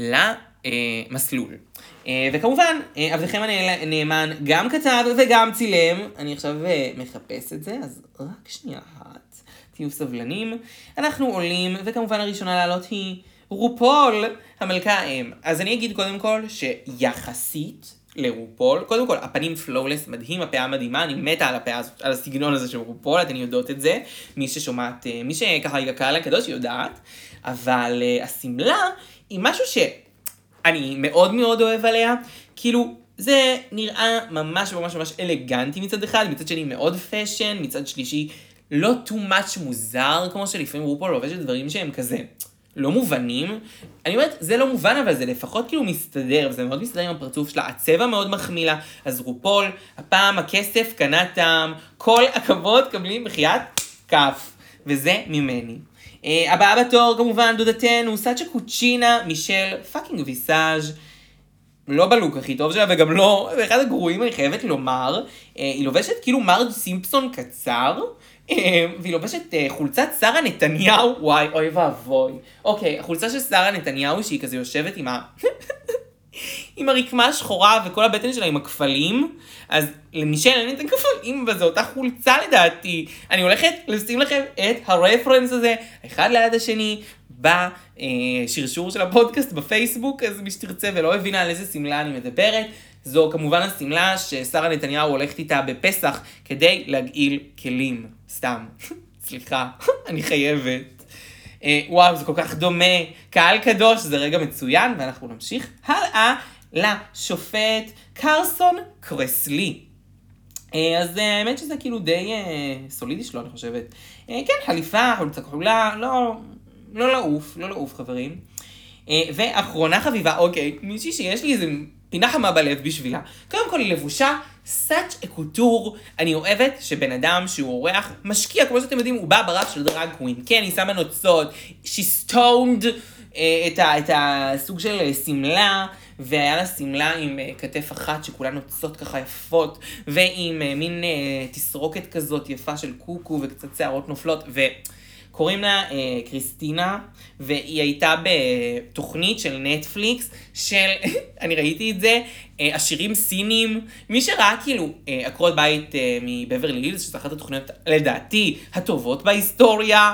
Speaker 2: למסלול. וכמובן, עבדכם הנאמן גם כתב וגם צילם. אני עכשיו מחפש את זה, אז רק שנייה אחת. תהיו סבלנים. אנחנו עולים, וכמובן הראשונה לעלות היא רופול, המלכה האם. אז אני אגיד קודם כל שיחסית לרופול, קודם כל הפנים פלולס מדהים, הפאה מדהימה, אני מתה על הפאה הזאת, על הסגנון הזה של רופול, אתן יודעות את זה, מי ששומעת, מי שככה יקר לקדוש יודעת, אבל הסמלה היא משהו שאני מאוד מאוד אוהב עליה, כאילו זה נראה ממש ממש ממש אלגנטי מצד אחד, מצד שני מאוד פשן, מצד שלישי לא too much מוזר, כמו שלפעמים רופול לובשת דברים שהם כזה לא מובנים. אני אומרת, זה לא מובן, אבל זה לפחות כאילו מסתדר, וזה מאוד מסתדר עם הפרצוף שלה, הצבע מאוד מחמילה, אז רופול, הפעם הכסף קנה טעם, כל הכבוד קבלים בחיית כף, וזה ממני. הבאה בתור כמובן דודתנו, סאצ'ה קוצ'ינה, מישל פאקינג ויסאז', לא בלוק הכי טוב שלה, וגם לא, באחד הגרועים אני חייבת לומר, היא לובשת כאילו מרג' סימפסון קצר, והיא לובשת חולצת שרה נתניהו, וואי, אוי ואבוי. אוקיי, החולצה של שרה נתניהו שהיא כזה יושבת עם הרקמה השחורה וכל הבטן שלה עם הכפלים, אז למישל אין את הכפלים, וזו אותה חולצה לדעתי. אני הולכת לשים לכם את הרפרנס הזה, אחד ליד השני, בשרשור של הפודקאסט בפייסבוק, אז מי שתרצה ולא הבינה על איזה סמלה אני מדברת, זו כמובן הסמלה ששרה נתניהו הולכת איתה בפסח כדי להגעיל כלים. סתם. סליחה, אני חייבת. וואו, זה כל כך דומה. קהל קדוש, זה רגע מצוין, ואנחנו נמשיך הלאה לשופט קרסון קרסלי. אז האמת שזה כאילו די סולידי שלו, אני חושבת. כן, חליפה, חולצה כחולה, לא לעוף, חברים. ואחרונה חביבה, אוקיי, מישהי שיש לי איזה פינה חמה בלב בשבילה. קודם כל היא לבושה such a couture. אני אוהבת שבן אדם שהוא אורח משקיע, כמו שאתם יודעים, הוא בא ברף של דרג קווין. כן, היא שמה נוצות, she stoned את הסוג של סמלה, והיה לה סמלה עם כתף אחת שכולה נוצות ככה יפות, ועם מין תסרוקת כזאת יפה של קוקו וקצת שערות נופלות, קוראים לה קריסטינה, והיא הייתה בתוכנית של נטפליקס, אני ראיתי את זה, עשירים סינים, מי שראה כאילו עקרות בית מבברלי הילס, שזו אחת התוכניות לדעתי הטובות בהיסטוריה,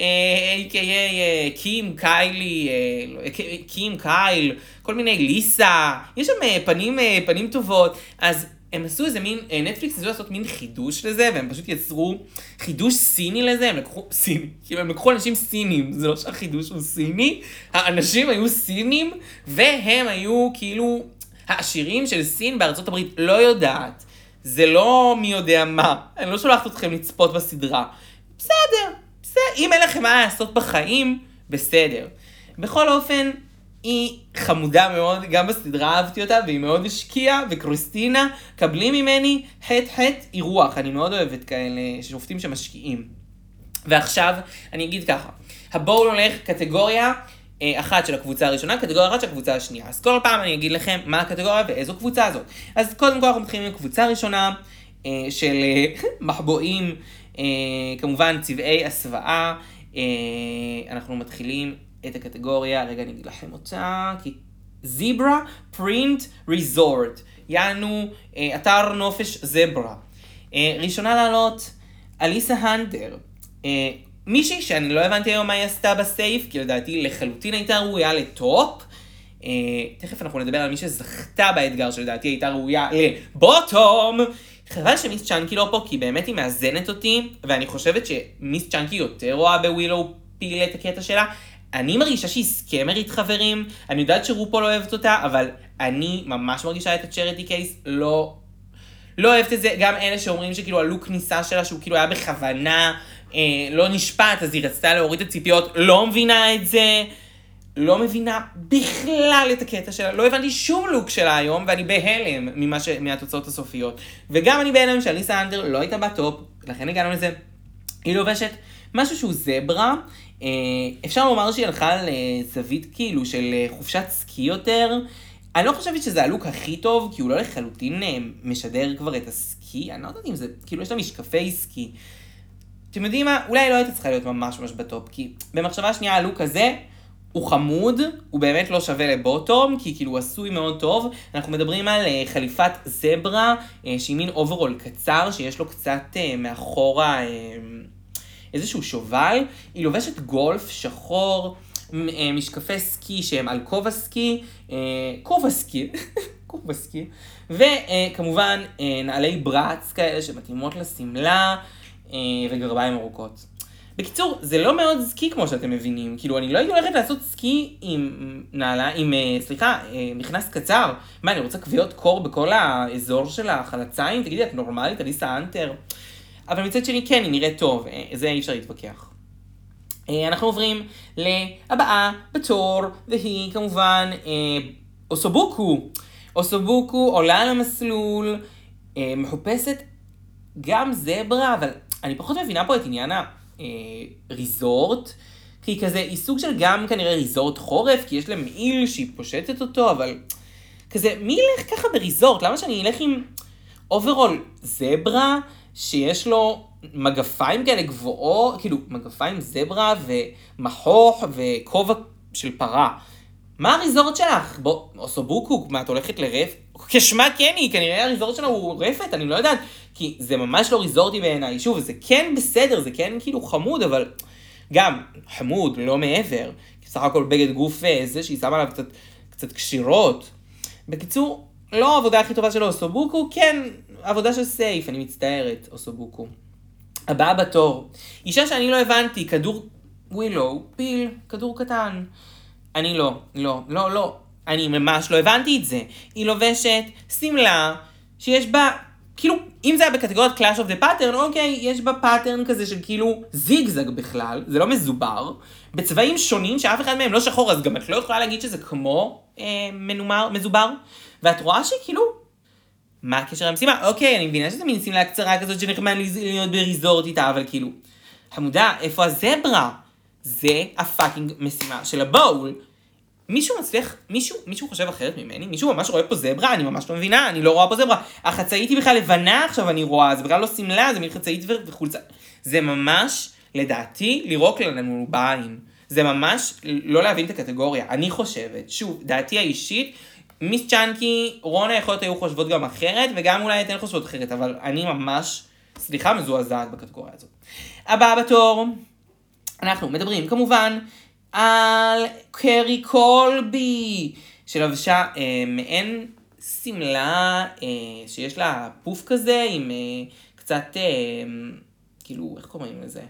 Speaker 2: קים קייל, כל מיני ליסה, יש שם פנים טובות, אז הם עשו איזה מין, נטפליקס ניסו לעשות מין חידוש לזה, והם פשוט יצרו חידוש סיני לזה, הם לקחו אנשים סינים, זה לא שהחידוש הוא סיני, האנשים היו סינים, והם היו כאילו העשירים של סין בארצות הברית לא יודעת. זה לא מי יודע מה. אני לא שולחת אתכם לצפות בסדרה. בסדר. אם אין לכם מה לעשות בחיים, בסדר. בכל אופן, היא חמודה מאוד, גם בסדרה אהבתי אותה, והיא מאוד השקיעה, וקריסטינה, קבלים ממני חט אירוח. אני מאוד אוהבת כאלה שופטים שמשקיעים. ועכשיו, אני אגיד ככה, הבואו הולך קטגוריה אחת של הקבוצה הראשונה, קטגוריה אחת של הקבוצה השנייה. אז כל פעם אני אגיד לכם מה הקטגוריה ואיזו קבוצה הזאת. אז קודם כל אנחנו מתחילים עם הקבוצה הראשונה של מחבואים, כמובן צבעי הסוואה. אנחנו מתחילים את הקטגוריה, רגע אני אגיד לכם אותה, זברה פרינט ריזורט, יענו אתר נופש זברה. ראשונה לעלות, אליסה הנדר, מישהי שאני לא הבנתי היום מה היא עשתה בסייף, כי לדעתי לחלוטין הייתה ראויה לטופ. תכף אנחנו נדבר על מי שזכתה באתגר שלדעתי הייתה ראויה לבוטום. חבל שמיס צ'אנקי לא פה, כי באמת היא מאזנת אותי, ואני חושבת שמיס צ'אנקי יותר רואה בווילו פיל את הקטע שלה. אני מרגישה שהיא סקמרית חברים, אני יודעת שרופו לא אוהבת אותה, אבל אני ממש מרגישה את הצ'ריטי קייס, לא אוהבת את זה. גם אלה שאומרים שכאילו הלוק כניסה שלה, שהוא כאילו היה בכוונה, לא נשפט, אז היא רצתה להוריד את הציפיות, לא מבינה את זה, לא מבינה בכלל את הקטע שלה, לא הבנתי שום לוק שלה היום, ואני בהלם מהתוצאות הסופיות. וגם אני בהלם שאליסה הנדר לא הייתה בטופ, לכן הגענו לזה. היא לובשת משהו שהוא זברה, אפשר לומר שהיא הלכה לזווית כאילו של חופשת סקי יותר. אני לא חושבת שזה הלוק הכי טוב, כי הוא לא לחלוטין משדר כבר את הסקי, אני לא יודעת אם זה, כאילו יש לה משקפי סקי. אתם יודעים מה? אולי לא הייתה צריכה להיות ממש בטופ, כי במחשבה השנייה הלוק הזה הוא חמוד, הוא באמת לא שווה לבוטום, כי כאילו הוא עשוי מאוד טוב. אנחנו מדברים על חליפת זברה, שהיא מין אוברול קצר, שיש לו קצת מאחורה איזשהו שובל. היא לובשת גולף שחור, משקפי סקי שהם על כובע סקי, כובע סקי, וכמובן נעלי ברץ כאלה שמתאימות לסמלה, וגרביים ארוכות. בקיצור, זה לא מאוד סקי כמו שאתם מבינים, כאילו אני לא הייתי הולכת לעשות סקי עם מכנס קצר. מה, אני רוצה קביעות קור בכל האזור של החלציים? תגידי, את נורמלית, אליסה הנדר? אבל מצד שני כן, היא נראית טוב, זה אי אפשר להתווכח. אנחנו עוברים להבאה בתור, והיא כמובן אוסובוקו. אוסובוקו עולה על המסלול, מחופשת גם זברה, אבל אני פחות מבינה פה את עניין ריזורט, כי היא כזה, היא סוג של גם כנראה ריזורט חורף, כי יש לה מעיל שהיא פושטת אותו, אבל כזה, מי ילך ככה בריזורט? למה שאני אלך עם אוברול זברה, שיש לו מגפיים כאלה גבוהות, כאילו מגפיים זברה ומחוך וכובע של פרה? מה הריזורט שלך? בוא, אוסובוקו, מה, את הולכת לרף? כשמה כן היא, כנראה הריזורט שלה הוא רפת, אני לא יודעת, כי זה ממש לא ריזורטי בעיניי. שוב, זה כן בסדר, זה כן כאילו חמוד, אבל גם חמוד, לא מעבר. סך הכל בגד גוף זה שהיא שמה עליו קצת קשירות. בקיצור, לא העבודה הכי טובה של אוסובוקו, כן, עבודה של סייף, אני מצטערת, אוסובוקו. הבאה בתור, אישה שאני לא הבנתי, כדור ווילו, פיל, כדור קטן. אני לא, אני ממש לא הבנתי את זה. היא לובשת סמלה שיש בה, כאילו, אם זה היה בקטגוריית Clash of the Pattern, אוקיי, יש בה פאטרן כזה של כאילו זיגזג בכלל, זה לא מזובר, בצבעים שונים שאף אחד מהם לא שחור, אז גם את לא יכולה להגיד שזה כמו מזובר, ואת רואה שכאילו, מה הקשר למשימה? אוקיי, אני מבינה שזה מין סמלה קצרה כזאת שנחמד להיות בריזורט איתה, אבל כאילו, חמודה, איפה הזברה? זה הפאקינג משימה של הבול. מישהו חושב אחרת ממני? מישהו ממש רואה פה זברה? אני ממש לא מבינה, אני לא רואה פה זברה. החצאית היא בכלל לבנה עכשיו אני רואה, זה בכלל לא סמלה, זה מין חצאית וחולצה. זה ממש, לדעתי, לירוק לנו בעין. זה ממש לא להבין את הקטגוריה. אני חושבת, שוב, דעתי האישית, מיס צ'אנקי, רונה יכולות היו חושבות גם אחרת, וגם אולי אתן חושבות אחרת, אבל אני ממש, סליחה, מזועזעת בקטגוריה הזאת. הבאה בתור, אנחנו מדברים כמובן על קרי קולבי, שלבשה מעין סמלה שיש לה פוף כזה, עם קצת, כאילו, איך קוראים לזה?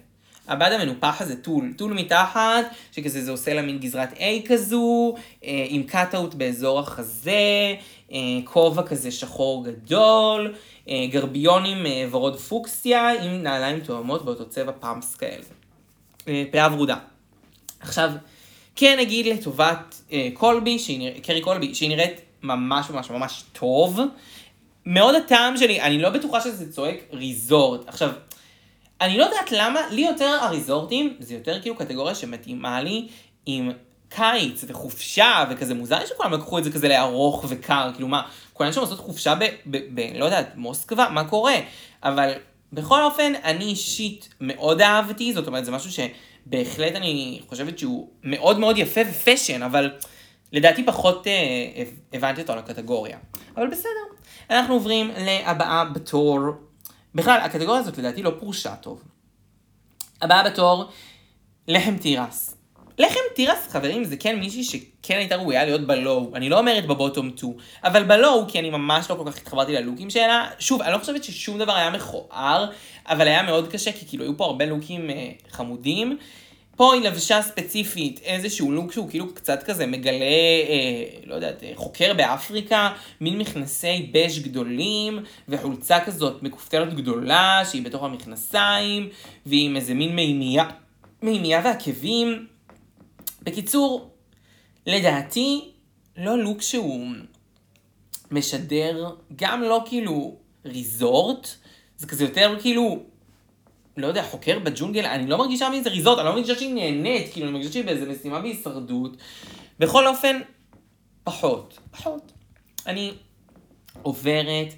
Speaker 2: הבד המנופח הזה טול מתחת, שכזה זה עושה לה מין גזרת A כזו, עם קאט-אוט באזור החזה, כובע כזה שחור גדול, גרביונים ורוד פוקסיה, עם נעליים תואמות באותו צבע פאמפס כאלה. פאה ורודה. עכשיו, כן נגיד לטובת קרי קולבי, שהיא נראית ממש ממש ממש טוב. מאוד הטעם שלי, אני לא בטוחה שזה צועק ריזורט. עכשיו, אני לא יודעת למה, לי יותר הריזורטים, זה יותר כאילו קטגוריה שמתאימה לי עם קיץ וחופשה וכזה מוזר, שכולם לקחו את זה כזה לארוך וקר, כאילו מה, כולם שם עושות חופשה לא יודעת, מוסקבה, מה קורה? אבל בכל אופן, אני אישית מאוד אהבתי, זאת אומרת, זה משהו שבהחלט אני חושבת שהוא מאוד מאוד יפה ופשן, אבל לדעתי פחות הבנתי אותו על הקטגוריה. אבל בסדר, אנחנו עוברים להבאה בתור. בכלל, הקטגוריה הזאת לדעתי לא פרושה טוב. הבאה בתור, לחם תירס. לחם תירס, חברים, זה כן מישהי שכן הייתה ראויה להיות בלואו. אני לא אומרת בבוטום 2, אבל בלואו, כי אני ממש לא כל כך התחברתי ללוקים שלה. שוב, אני לא חושבת ששום דבר היה מכוער, אבל היה מאוד קשה, כי כאילו היו פה הרבה לוקים חמודים. פה היא לבשה ספציפית איזשהו לוק שהוא כאילו קצת כזה מגלה, לא יודעת, חוקר באפריקה, מין מכנסי בז' גדולים, וחולצה כזאת מקופטלת גדולה, שהיא בתוך המכנסיים, ועם איזה מין מימייה ועקבים. בקיצור, לדעתי, לא לוק שהוא משדר, גם לא כאילו ריזורט, זה כזה יותר כאילו, לא יודע, חוקר בג'ונגל, אני לא מרגישה מאיזה ריזורט, אני לא מרגישה שהיא נהנית, כאילו אני מרגישה שהיא באיזה משימה בהישרדות. בכל אופן, פחות. אני עוברת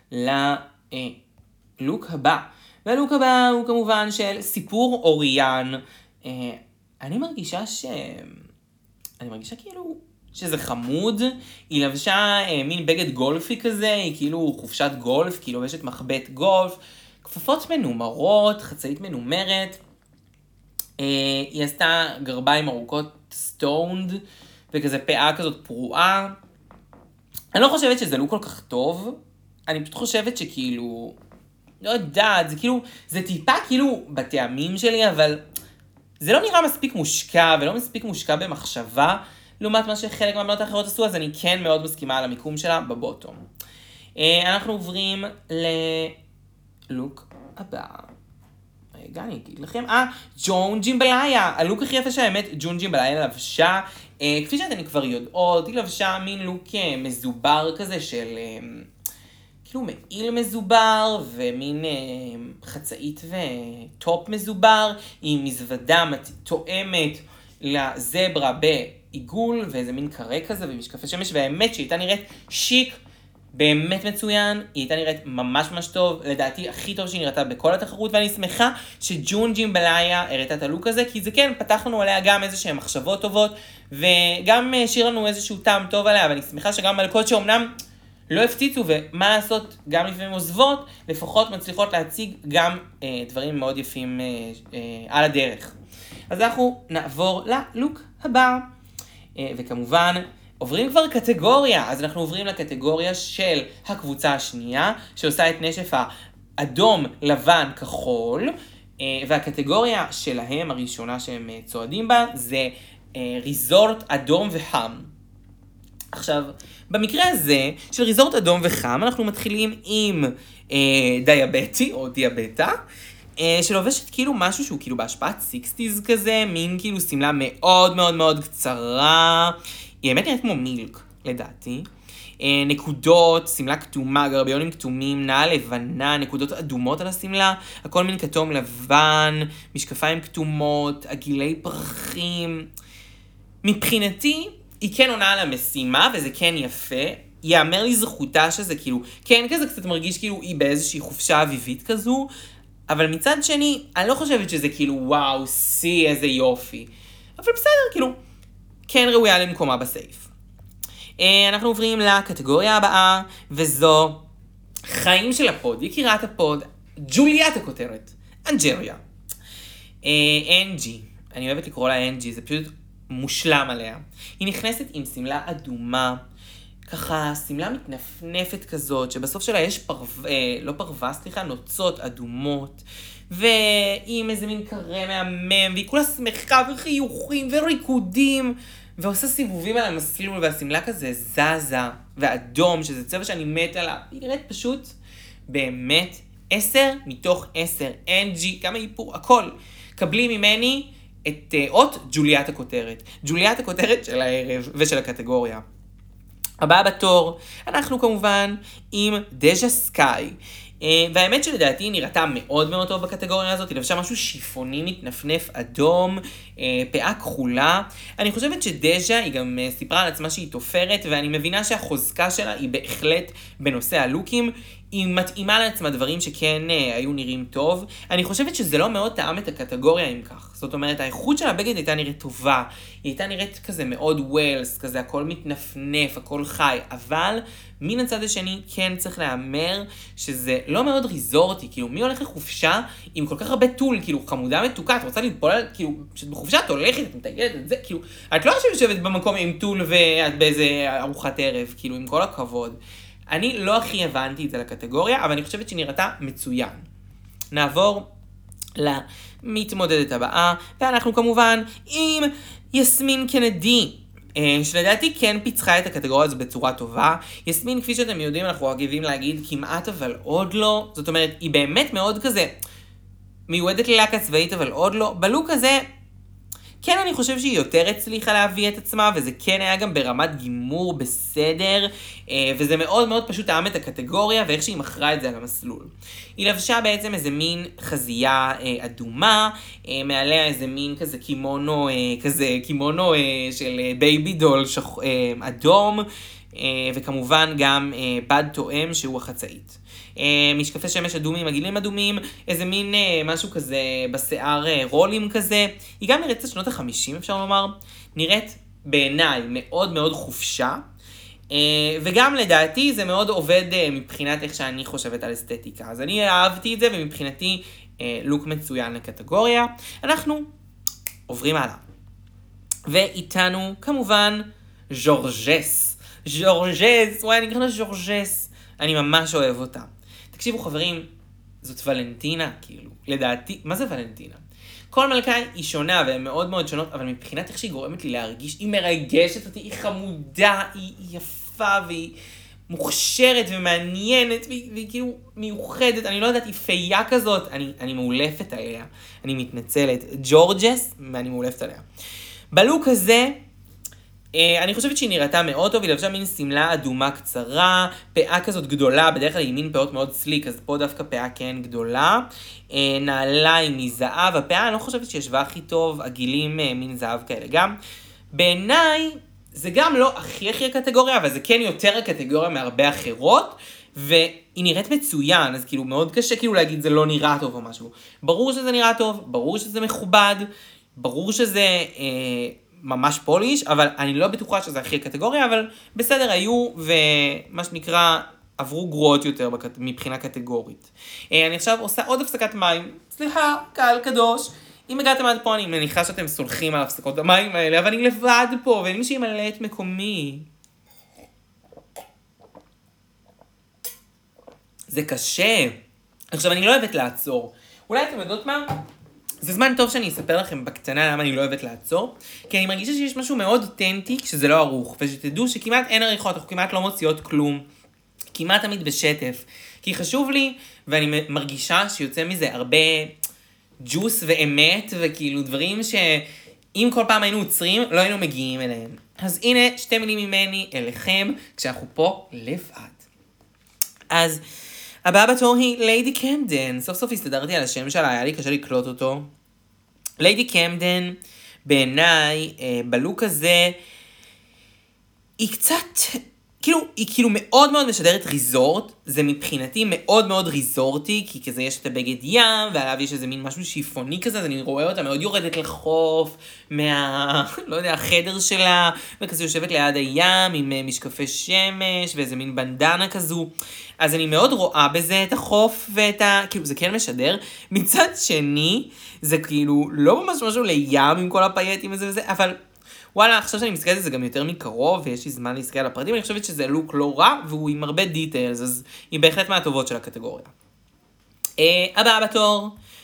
Speaker 2: ללוק הבא. והלוק הבא הוא כמובן של סיפור אוריאן. אני מרגישה כאילו שזה חמוד. היא לבשה מין בגד גולפי כזה, היא כאילו חופשת גולף, כאילו לובשת מחבט גולף. כפפות מנומרות, חצאית מנומרת. היא עשתה גרביים ארוכות סטונד, וכזה פאה כזאת פרועה. אני לא חושבת שזה לא כל כך טוב. אני פשוט חושבת שכאילו, לא יודעת, זה כאילו, זה טיפה כאילו בטעמים שלי, אבל זה לא נראה מספיק מושקע, ולא מספיק מושקע במחשבה, לעומת מה שחלק מהבנות האחרות עשו, אז אני כן מאוד מסכימה על המיקום שלה בבוטום. אנחנו עוברים לוק הבא. רגע, אני אגיד לכם. ג'ון ג'ימבלאיה. הלוק הכי יפה שהאמת, ג'ון ג'ימבלאיה לבשה. כפי שאתן כבר יודעות, היא לבשה מין לוק מזובר כזה של, כאילו מעיל מזובר, ומין חצאית וטופ מזובר, עם מזוודה תואמת לזברה בעיגול, ואיזה מין קרה כזה, ומשקפי שמש, והאמת שהיא הייתה נראית שיק, באמת מצוין, היא הייתה נראית ממש ממש טוב, לדעתי הכי טוב שהיא נראתה בכל התחרות, ואני שמחה שג'ון ג'ימבלאיה הראתה את הלוק הזה, כי זה כן, פתח לנו עליה גם איזושהי מחשבות טובות, וגם שיר לנו איזשהו טעם טוב עליה, ואני שמחה שגם מלכות שאומנם לא הפציצו, ומה לעשות, גם לפעמים עוזבות, לפחות מצליחות להציג גם דברים מאוד יפים על הדרך. אז אנחנו נעבור ללוק הבא, וכמובן, עוברים כבר קטגוריה, אז אנחנו עוברים לקטגוריה של הקבוצה השנייה, שעושה את נשף האדום, לבן, כחול, והקטגוריה שלהם, הראשונה שהם צועדים בה, זה ריזורט אדום וחם. עכשיו, במקרה הזה של ריזורט אדום וחם, אנחנו מתחילים עם דיאבטי או דיאבטה, שלובשת כאילו משהו שהוא כאילו בהשפעת 60s כזה, מין כאילו סמלה מאוד מאוד מאוד קצרה, היא באמת נראית כמו מילק, לדעתי. נקודות, סמלה כתומה, גרביונים כתומים, נעל לבנה, נקודות אדומות על הסמלה, הכל מין כתום לבן, משקפיים כתומות, עגילי פרחים. מבחינתי, היא כן עונה על המשימה, וזה כן יפה. יאמר לי זכותה שזה כאילו, כן כזה קצת מרגיש כאילו היא באיזושהי חופשה אביבית כזו, אבל מצד שני, אני לא חושבת שזה כאילו וואו, סי, איזה יופי. אבל בסדר, כאילו, כן ראויה למקומה בסייף. אנחנו עוברים לקטגוריה הבאה, וזו חיים של הפוד, יקירת הפוד, ג'וליית הכותרת, אנג'ריה. אנג'י, אני אוהבת לקרוא לה אנג'י, זה פשוט מושלם עליה. היא נכנסת עם סמלה אדומה, ככה סמלה מתנפנפת כזאת, שבסוף שלה יש נוצות אדומות, ועם איזה מין קרה מהמם, והיא כולה שמחה וחיוכים וריקודים, ועושה סיבובים על המסלול, והסמלה כזה זזה, ואדום, שזה צבע שאני מת עליו. היא נראית פשוט באמת 10 מתוך 10, NG, גם האיפור, הכל. קבלי ממני את אות ג'וליית הכותרת. ג'וליית הכותרת של הערב ושל הקטגוריה. הבאה בתור, אנחנו כמובן עם דז'ה סקאי. והאמת שלדעתי היא נראתה מאוד מאוד טוב בקטגוריה הזאת, היא לבשה משהו שיפוני מתנפנף אדום, פאה כחולה. אני חושבת שדז'ה היא גם סיפרה על עצמה שהיא תופרת, ואני מבינה שהחוזקה שלה היא בהחלט בנושא הלוקים, היא מתאימה לעצמה דברים שכן היו נראים טוב. אני חושבת שזה לא מאוד טעם את הקטגוריה עם כך. זאת אומרת, האיכות של הבגד הייתה נראית טובה, היא הייתה נראית כזה מאוד ווילס, כזה הכל מתנפנף, הכל חי, אבל מן הצד השני כן צריך לאמר שזה לא מאוד ריזורטי, כאילו מי הולך לחופשה עם כל כך הרבה טול, כאילו חמודה מתוקה, את רוצה להתפול על, כאילו, שאת בחופשה את הולכת, את מטיילת את זה, כאילו, את לא יושבת במקום עם טול ואת באיזה ארוחת ערב, כאילו, עם כל הכבוד. אני לא הכי הבנתי את זה לקטגוריה, אבל אני חושבת שהיא נראתה מצוין. נעבור למתמודדת הבאה, ואנחנו כמובן עם יסמין קנדי, שלדעתי כן פיצחה את הקטגוריה הזו בצורה טובה. יסמין, כפי שאתם יודעים, אנחנו רגילים להגיד כמעט אבל עוד לא. זאת אומרת, היא באמת מאוד כזה מיועדת ללהקה צבאית אבל עוד לא. בלוק הזה, כן אני חושב שהיא יותר הצליחה להביא את עצמה, וזה כן היה גם ברמת גימור בסדר, וזה מאוד מאוד פשוט טעם את הקטגוריה, ואיך שהיא מכרה את זה על המסלול. היא לבשה בעצם איזה מין חזייה אדומה, מעליה איזה מין כזה קימונו של בייבי דול אדום, וכמובן גם בד תואם שהוא החצאית. משקפי שמש אדומים, עגילים אדומים, איזה מין משהו כזה בשיער רולים כזה. היא גם נראית שנות ה-50 אפשר לומר. נראית בעיניי מאוד מאוד חופשה. וגם לדעתי זה מאוד עובד מבחינת איך שאני חושבת על אסתטיקה. אז אני אהבתי את זה ומבחינתי לוק מצוין לקטגוריה. אנחנו עוברים הלאה. ואיתנו כמובן ז'ורג'ס. וואי אני קורא לה ז'ורג'ס. אני ממש אוהב אותה. תקשיבו חברים, זאת ולנטינה, כאילו, לדעתי, מה זה ולנטינה? כל מלכה היא שונה והן מאוד מאוד שונות, אבל מבחינת איך שהיא גורמת לי להרגיש, היא מרגשת אותי, היא חמודה, היא יפה והיא מוכשרת ומעניינת, והיא כאילו מיוחדת, אני לא יודעת, היא פייה כזאת, אני מאולפת עליה, אני מתנצלת. ג'ורג'ס, ואני מאולפת עליה. בלוק הזה, אני חושבת שהיא נראתה מאוד טוב, היא לבשה מין סמלה אדומה קצרה, פאה כזאת גדולה, בדרך כלל היא מין פאות מאוד סליק, אז פה דווקא פאה כן גדולה, נעליים מזהב, הפאה אני לא חושבת שישבה הכי טוב, עגילים מין זהב כאלה גם. בעיניי זה גם לא הכי הקטגוריה, אבל זה כן יותר הקטגוריה מהרבה אחרות, והיא נראית מצוין, אז כאילו מאוד קשה כאילו להגיד זה לא נראה טוב או משהו. ברור שזה נראה טוב, ברור שזה מכובד, ברור שזה ממש פוליש, אבל אני לא בטוחה שזה הכי הקטגוריה, אבל בסדר, היו ומה שנקרא עברו גרועות יותר מבחינה קטגורית. אני עכשיו עושה עוד הפסקת מים. סליחה, קהל קדוש. אם הגעתם עד פה, אני מניחה שאתם סולחים על הפסקות המים האלה, אבל אני לבד פה, ואין מי שימלא את מקומי. זה קשה. עכשיו, אני לא אוהבת לעצור. אולי אתם יודעות מה? זה זמן טוב שאני אספר לכם בקטנה למה אני לא אוהבת לעצור, כי אני מרגישה שיש משהו מאוד אותנטי כשזה לא ערוך, ושתדעו שכמעט אין עריכות, אנחנו כמעט לא מוציאות כלום, כמעט תמיד בשטף, כי חשוב לי, ואני מרגישה שיוצא מזה הרבה ג'וס ואמת, וכאילו דברים שאם כל פעם היינו עוצרים, לא היינו מגיעים אליהם. אז הנה 2 מילים ממני אליכם, כשאנחנו פה לבד. אז הבאה בתור היא ליידי קמדן. סוף סוף הסתדרתי על השם שלה, היה לי קשה לקלוט אותו. ליידי קמדן, בעיניי, בלוק הזה, היא קצת, היא כאילו מאוד מאוד משדרת ריזורט. זה מבחינתי מאוד מאוד ריזורטי, כי כזה יש את הבגד ים, ועליו יש איזה מין משהו שיפוני כזה, אז אני רואה אותה מאוד יורדת לחוף, לא יודע, החדר שלה, וכזה יושבת ליד הים, עם משקפי שמש, ואיזה מין בנדנה כזו. אז אני מאוד רואה בזה את החוף, כאילו זה כן משדר. מצד שני, זה כאילו לא ממש משהו לים עם כל הפייטים וזה, אבל וואלה, עכשיו שאני מסתכלת על זה גם יותר מקרוב, ויש לי זמן להסתכל על הפרטים, אני חושבת שזה לוק לא רע, והוא עם הרבה דיטיילס, אז היא בהחלט מהטובות של הקטגוריה. הבאה בתור,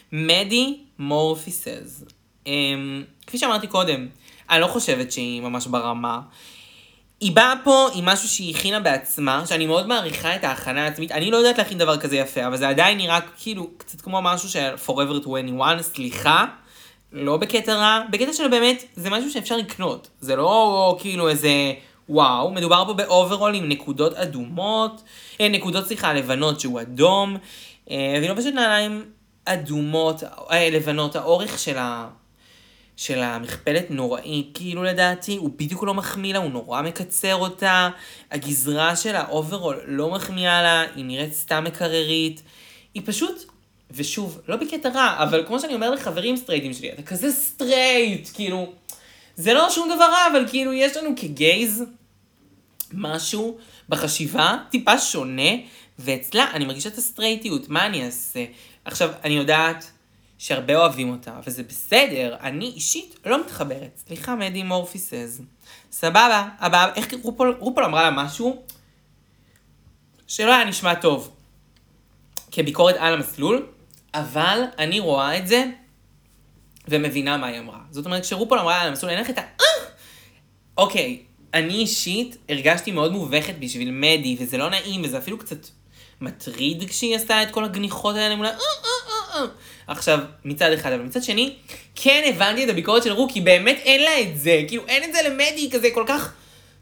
Speaker 2: מדי מורפיסז. כפי שאמרתי קודם, אני לא חושבת שהיא ממש ברמה. היא באה פה עם משהו שהיא הכינה בעצמה, שאני מאוד מעריכה את ההכנה העצמית. אני לא יודעת להכין דבר כזה יפה, אבל זה עדיין נראה כאילו קצת כמו משהו של Forever 21, סליחה. לא בקטע רע, בקטע של באמת, זה משהו שאפשר לקנות. זה לא כאילו איזה וואו, מדובר פה באוברול עם נקודות אדומות, נקודות לבנות שהוא אדום, והיא לובשת נעליים אדומות, לבנות, האורך של המכפלת נוראי, כאילו לדעתי, הוא בדיוק לא מחמיא לה, הוא נורא מקצר אותה, הגזרה של האוברול לא מחמיאה לה, היא נראית סתם מקררית, היא פשוט, ושוב, לא בקטע רע, אבל כמו שאני אומר לחברים סטרייטים שלי, אתה כזה סטרייט, כאילו, זה לא שום דבר רע, אבל כאילו יש לנו כגייז משהו בחשיבה טיפה שונה, ואצלה אני מרגישה את הסטרייטיות, מה אני אעשה? עכשיו, אני יודעת שהרבה אוהבים אותה, וזה בסדר, אני אישית לא מתחברת. סליחה, מדי מורפיסז. סבבה, הבא, איך רופול אמרה לה משהו שלא היה נשמע טוב כביקורת על המסלול, אבל אני רואה את זה ומבינה מה היא אמרה. זאת אומרת, כשרופול אמרה על המסלול, אין לך את אוקיי, אני אישית הרגשתי מאוד מובכת בשביל מדי, וזה לא נעים, וזה אפילו קצת מטריד כשהיא עשתה את כל הגניחות האלה מולה. עכשיו, מצד אחד, אבל מצד שני, כן הבנתי את הביקורת של רוקי, באמת אין לה את זה, כאילו אין את זה למדי כזה כל כך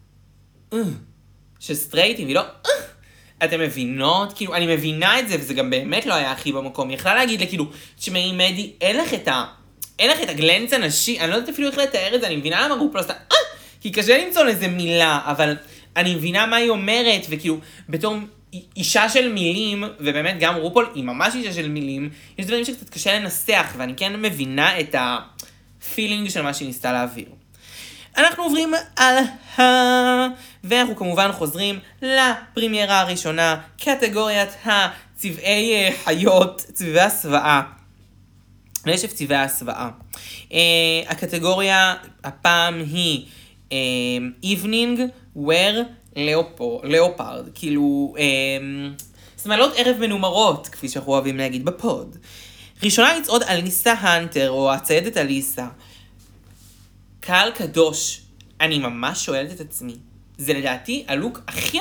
Speaker 2: שסטרייטים, והיא לא אתם מבינות? כאילו, אני מבינה את זה, וזה גם באמת לא היה הכי במקום. היא יכלה להגיד לה, כאילו, תשמעי מדי, אין לך את הגלנץ הנשי, אני לא יודעת אפילו איך לתאר את זה, אני מבינה למה רופול עשתה, כי קשה למצוא לזה מילה, אבל אני מבינה מה היא אומרת, וכאילו, בתור אישה של מילים, ובאמת גם רופול היא ממש אישה של מילים, יש דברים שקצת קשה לנסח, ואני כן מבינה את הפילינג של מה שהיא ניסתה להעביר. אנחנו עוברים על ואנחנו כמובן חוזרים לפרימיירה הראשונה, קטגוריית הצבעי חיות, צבעי הסוואה. נשף צבעי הסוואה. הקטגוריה הפעם היא evening wear לאופרד, כאילו סמלות ערב מנומרות, כפי שאנחנו אוהבים להגיד בפוד. ראשונה לצעוד אליסה הנטר, או הציידת אליסה. קהל קדוש, אני ממש שואלת את עצמי, זה לדעתי הלוק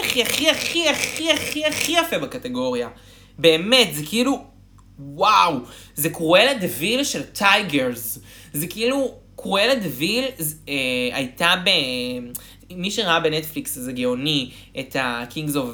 Speaker 2: הכי יפה בקטגוריה. באמת, זה כאילו, וואו, זה קרואלה דוויל של טייגרס. זה כאילו, קרואלה דוויל הייתה מי שראה בנטפליקס זה גאוני, את ה-Kings of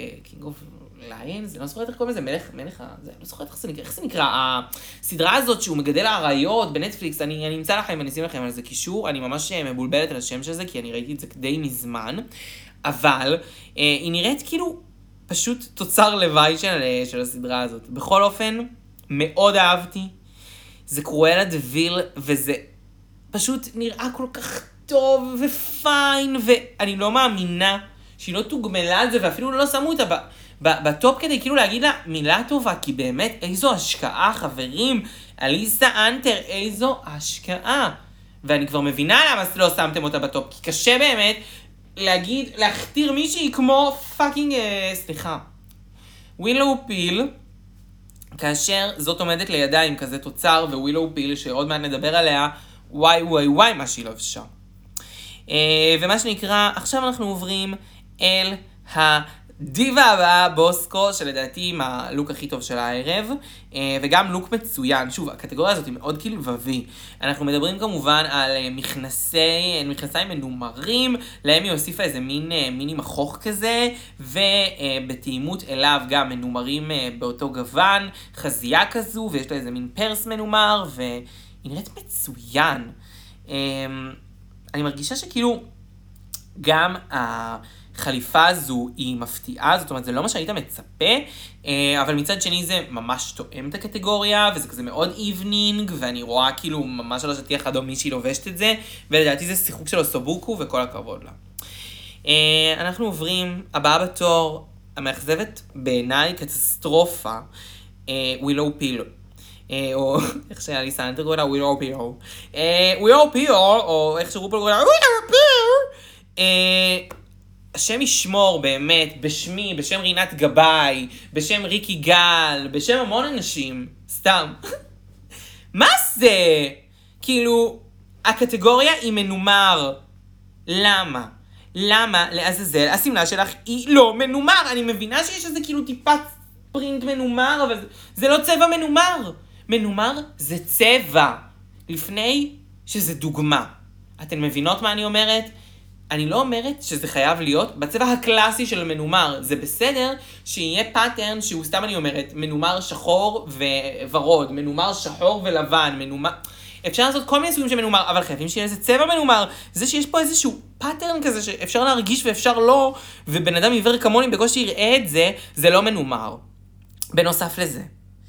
Speaker 2: Lions, אני לא זוכרת איך קוראים לזה, מלך, לא זוכרת איך זה נקרא, הסדרה הזאת שהוא מגדל האריות בנטפליקס, אני אמצא לכם ונשים לכם על זה קישור, אני ממש מבולבלת על השם של זה, כי אני ראיתי את זה די מזמן, אבל היא נראית כאילו פשוט תוצר לוואי של הסדרה הזאת. בכל אופן, מאוד אהבתי, זה קרואלה דוויל, וזה פשוט נראה כל כך טוב ופיין, ואני לא מאמינה שהיא לא תוגמלה על זה, ואפילו לא שמו אותה בטופ כדי כאילו להגיד לה מילה טובה, כי באמת איזו השקעה, חברים, אליסה הנטר, איזו השקעה. ואני כבר מבינה למה לא שמתם אותה בטופ, כי קשה באמת להכתיר מישהי כמו פאקינג, ווילאו פיל, כאשר זאת עומדת לידה עם כזה תוצר, ווילאו פיל שעוד מעט נדבר עליה, וואי מה שהיא לבשה. ומה שנקרא, עכשיו אנחנו עוברים אל הדיבה הבאה, בוסקו, שלדעתי עם הלוק הכי טוב של הערב, וגם לוק מצוין. שוב, הקטגוריה הזאת היא מאוד כלבבי. אנחנו מדברים כמובן על מכנסיים מנומרים, להם היא הוסיפה איזה מיני מכוך כזה, ובתאימות אליו גם מנומרים באותו גוון, חזייה כזו, ויש לה איזה מין פרס מנומר, והיא נראית מצוין. אני מרגישה שכאילו גם החליפה הזו היא מפתיעה, זאת אומרת זה לא מה שהיית מצפה, אבל מצד שני זה ממש תואם את הקטגוריה, וזה כזה מאוד איבנינג, ואני רואה כאילו ממש על השטיח אדום מישהי לובשת את זה, ולדעתי זה שיחוק של אוסובוקו, וכל הכבוד לה. אנחנו עוברים, הבאה בתור, המאכזבת בעיניי קטסטרופה, ווילאו פיל. או איך שאליסה הנטר קורא לה, ווילאו פיל, או איך שרופול קורא לה, ווילאו פיל. השם ישמור באמת, בשמי, בשם רינת גבאי, בשם ריקי גל, בשם המון אנשים, סתם. מה זה? כאילו, הקטגוריה היא מנומר. למה? למה לעזאזל הסמלה שלך היא לא מנומר? אני מבינה שיש איזה כאילו טיפת פרינט מנומר, אבל זה לא צבע מנומר. מנומר זה צבע. לפני שזה דוגמה. אתן מבינות מה אני אומרת? אני לא אומרת שזה חייב להיות בצבע הקלאסי של מנומר. זה בסדר שיהיה פאטרן שהוא סתם אני אומרת, מנומר שחור וורוד, מנומר שחור ולבן, מנומר... אפשר לעשות כל מיני סוגים של מנומר, אבל חייבים שיהיה איזה צבע מנומר. זה שיש פה איזשהו פאטרן כזה שאפשר להרגיש ואפשר לא, ובן אדם עיוור כמוני בקושי יראה את זה, זה לא מנומר. בנוסף לזה,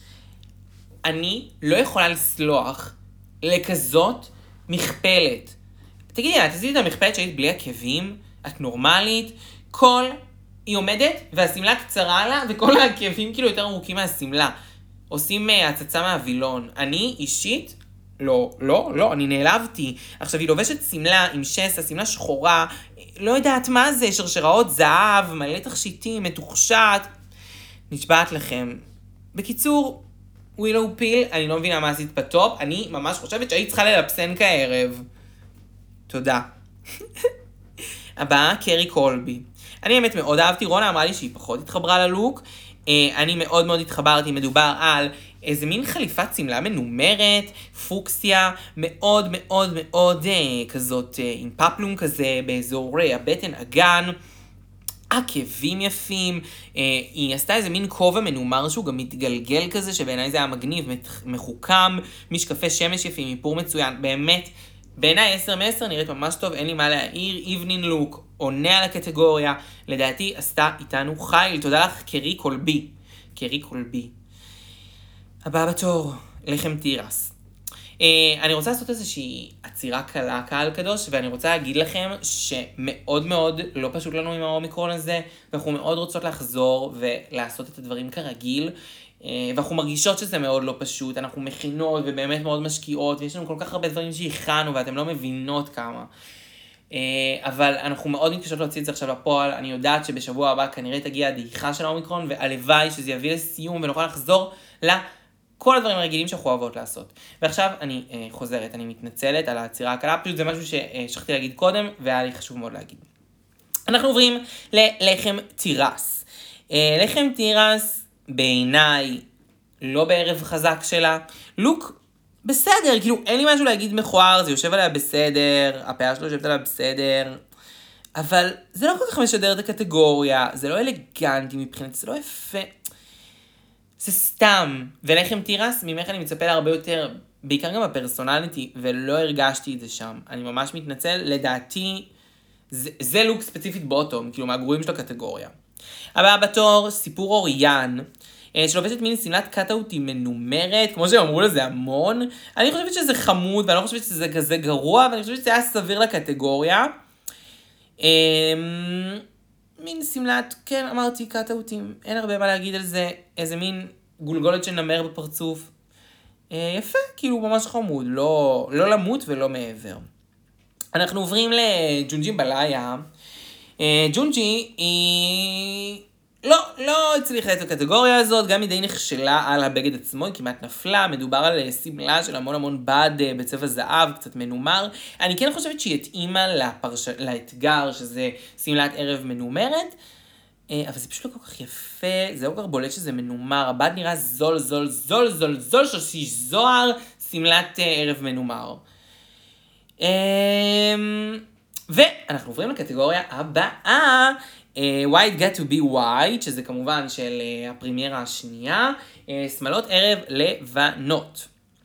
Speaker 2: אני לא יכולה לסלוח לכזאת מכפלת. תגידי, את עשית את המכפלת שהיית בלי עקבים? את נורמלית? היא עומדת והסמלה קצרה לה, וכל העקבים כאילו יותר ארוכים מהסמלה. עושים הצצה מהווילון. אני אישית, לא, אני נעלבתי. עכשיו, היא לובשת סמלה עם שסע, סמלה שחורה, לא יודעת מה זה, שרשראות זהב, מלא תכשיטים, מתוחשת. נשבעת לכם. בקיצור, ווילו פיל, אני לא מבינה מה עשית בטופ, אני ממש חושבת שהיית צריכה ללפסן כערב. תודה. הבאה, קרי קולבי. אני באמת מאוד אהבתי, רונה אמרה לי שהיא פחות התחברה ללוק. אני מאוד מאוד התחברתי, מדובר על איזה מין חליפת סמלה מנומרת, פוקסיה, מאוד מאוד מאוד כזאת, עם פפלום כזה, באזור הבטן אגן, עקבים יפים, היא עשתה איזה מין כובע מנומר שהוא גם מתגלגל כזה, שבעיניי זה היה מגניב, מחוכם, משקפי שמש יפים, איפור מצוין, באמת, בעיניי 10/10 נראית ממש טוב, אין לי מה להעיר, איבנין לוק, עונה על הקטגוריה, לדעתי עשתה איתנו חיל, תודה לך קרי קולבי. הבאה בתור, לחם תירס. אני רוצה לעשות איזושהי עצירה קלה, קהל קדוש, ואני רוצה להגיד לכם שמאוד מאוד לא פשוט לנו עם האומיקרון הזה, ואנחנו מאוד רוצות לחזור ולעשות את הדברים כרגיל, ואנחנו מרגישות שזה מאוד לא פשוט, אנחנו מכינות ובאמת מאוד משקיעות, ויש לנו כל כך הרבה דברים שהכנו, ואתם לא מבינות כמה. אבל אנחנו מאוד מתקשות להוציא את זה עכשיו לפועל, אני יודעת שבשבוע הבא כנראה תגיע הדעיכה של האומיקרון, והלוואי שזה יביא לסיום ונוכל לחזור כל הדברים הרגילים שאנחנו אוהבות לעשות. ועכשיו אני חוזרת, אני מתנצלת על העצירה הקלה, פשוט זה משהו ששכחתי להגיד קודם, והיה לי חשוב מאוד להגיד. אנחנו עוברים ללחם תירס. לחם תירס בעיניי לא בערב חזק שלה, לוק בסדר, כאילו אין לי משהו להגיד מכוער, זה יושב עליה בסדר, הפאה שלו יושבת עליה בסדר, אבל זה לא כל כך משדר את הקטגוריה, זה לא אלגנטי מבחינת, זה לא יפה. זה סתם, ולחם תירס, ממך אני מצפה להרבה יותר, בעיקר גם בפרסונליטי, ולא הרגשתי את זה שם. אני ממש מתנצל, לדעתי, זה לוק ספציפית בוטום, כאילו מהגרועים של הקטגוריה. הבאה בתור, סיפור אוריאן, שלובשת מין סמלת קאטאוטי מנומרת, כמו שהם אמרו לזה המון. אני חושבת שזה חמוד, ואני לא חושבת שזה כזה גרוע, ואני חושבת שזה היה סביר לקטגוריה. מין סמלת, כן, אמרתי, קאטאוטים, אין הרבה מה להגיד על זה, איזה מין גולגולת שנמר בפרצוף. יפה, כאילו ממש חמוד, לא למות ולא מעבר. אנחנו עוברים לג'ונג'י בלאיה. ג'ונג'י היא לא הצליחה את הקטגוריה הזאת, גם היא די נכשלה על הבגד עצמו, היא כמעט נפלה, מדובר על סמלה של המון בד בצבע זהב, קצת מנומר. אני כן חושבת שהיא התאימה לאתגר, שזה סמלת ערב מנומרת, אבל זה פשוט לא כל כך יפה, זה לא כל כך בולט שזה מנומר, הבד נראה זול, שיש זוהר, סמלת ערב מנומר. ואנחנו עוברים לקטגוריה הבאה, Why It Got To Be White, שזה כמובן של הפרימיירה השנייה, שמלות ערב לבנות.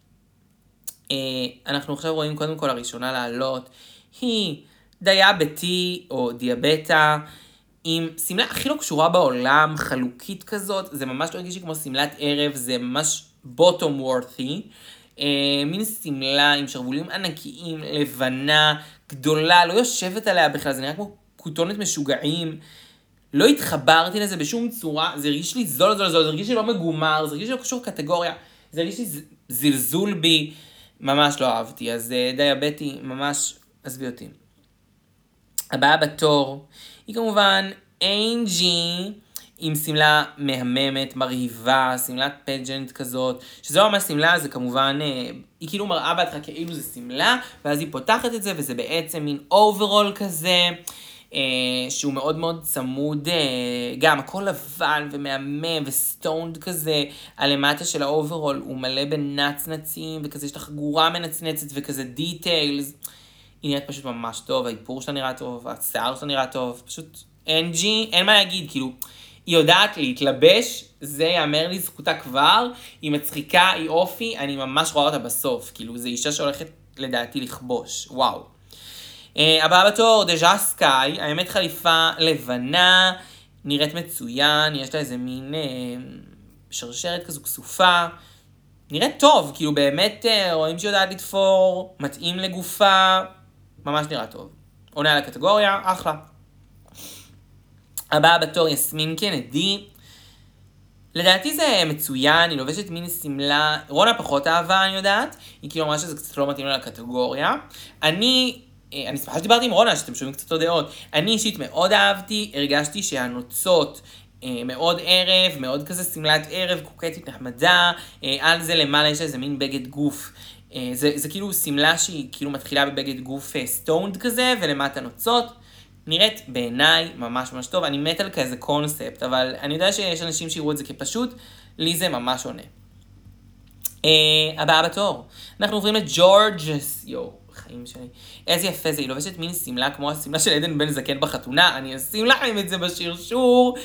Speaker 2: אנחנו עכשיו רואים קודם כל הראשונה לעלות, היא דיאבטי או דיאבטה, עם סמלה הכי לא קשורה בעולם, חלוקית כזאת, זה ממש לא הרגיש כמו סמלת ערב, זה ממש bottom worthy, מין סמלה עם שרבולים ענקיים, לבנה, גדולה, לא יושבת עליה בכלל, זה נראה כמו כותונת משוגעים, לא התחברתי לזה בשום צורה, זה הרגיש לי זול, זה הרגיש לי לא מגומר, זה הרגיש לי לא קשור קטגוריה, זה הרגיש לי זלזול בי, ממש לא אהבתי, אז דיאבטי ממש עזבי אותי. הבאה בתור היא כמובן אנג'י, עם סמלה מהממת, מרהיבה, סמלת פג'נט כזאת, שזה לא ממש סמלה, זה כמובן, היא כאילו מראה בהתחלה כאילו זה סמלה, ואז היא פותחת את זה, וזה בעצם מין אוברול כזה, שהוא מאוד מאוד צמוד, גם הכל לבן ומהמם וסטונד כזה, הלמטה של האוברול הוא מלא בנצנצים, וכזה יש לה חגורה מנצנצת וכזה דיטיילס, היא נראית פשוט ממש טוב, האיפור שלה נראה טוב, השיער שלה נראה טוב, פשוט אנג'י, אין מה להגיד, כאילו, היא יודעת להתלבש, זה יאמר לי זכותה כבר, היא מצחיקה, היא אופי, אני ממש רואה אותה בסוף, כאילו, זו אישה שהולכת לדעתי לכבוש, וואו. הבאה בתור, דז'ה סקאי, האמת חליפה לבנה, נראית מצוין, יש לה איזה מין שרשרת כזו כסופה, נראית טוב, כאילו באמת רואים שהיא יודעת לתפור, מתאים לגופה, ממש נראה טוב. עונה על הקטגוריה, אחלה. הבאה בתור, יסמין קנדי, לדעתי זה מצוין, היא לובשת מין סמלה, רונה פחות אהבה, אני יודעת, היא כאילו ממש שזה קצת לא מתאים לה לקטגוריה. אני שמחה שדיברתי עם רונה, שאתם שומעים קצת עוד דעות. אני אישית מאוד אהבתי, הרגשתי שהנוצות מאוד ערב, מאוד כזה סמלת ערב, קוקטית נחמדה, על זה למעלה יש איזה מין בגד גוף. זה כאילו סמלה שהיא כאילו מתחילה בבגד גוף סטונד כזה, ולמטה נוצות. נראית בעיניי ממש ממש טוב, אני מת על כזה קונספט, אבל אני יודע שיש אנשים שיראו את זה כפשוט, לי זה ממש עונה. הבאה בתור, אנחנו עוברים לג'ורג'ס, חיים שלי. איזה יפה זה, היא לובשת מין סמלה כמו הסמלה של עדן בן זקן בחתונה, אני אשים לכם את זה בשרשור.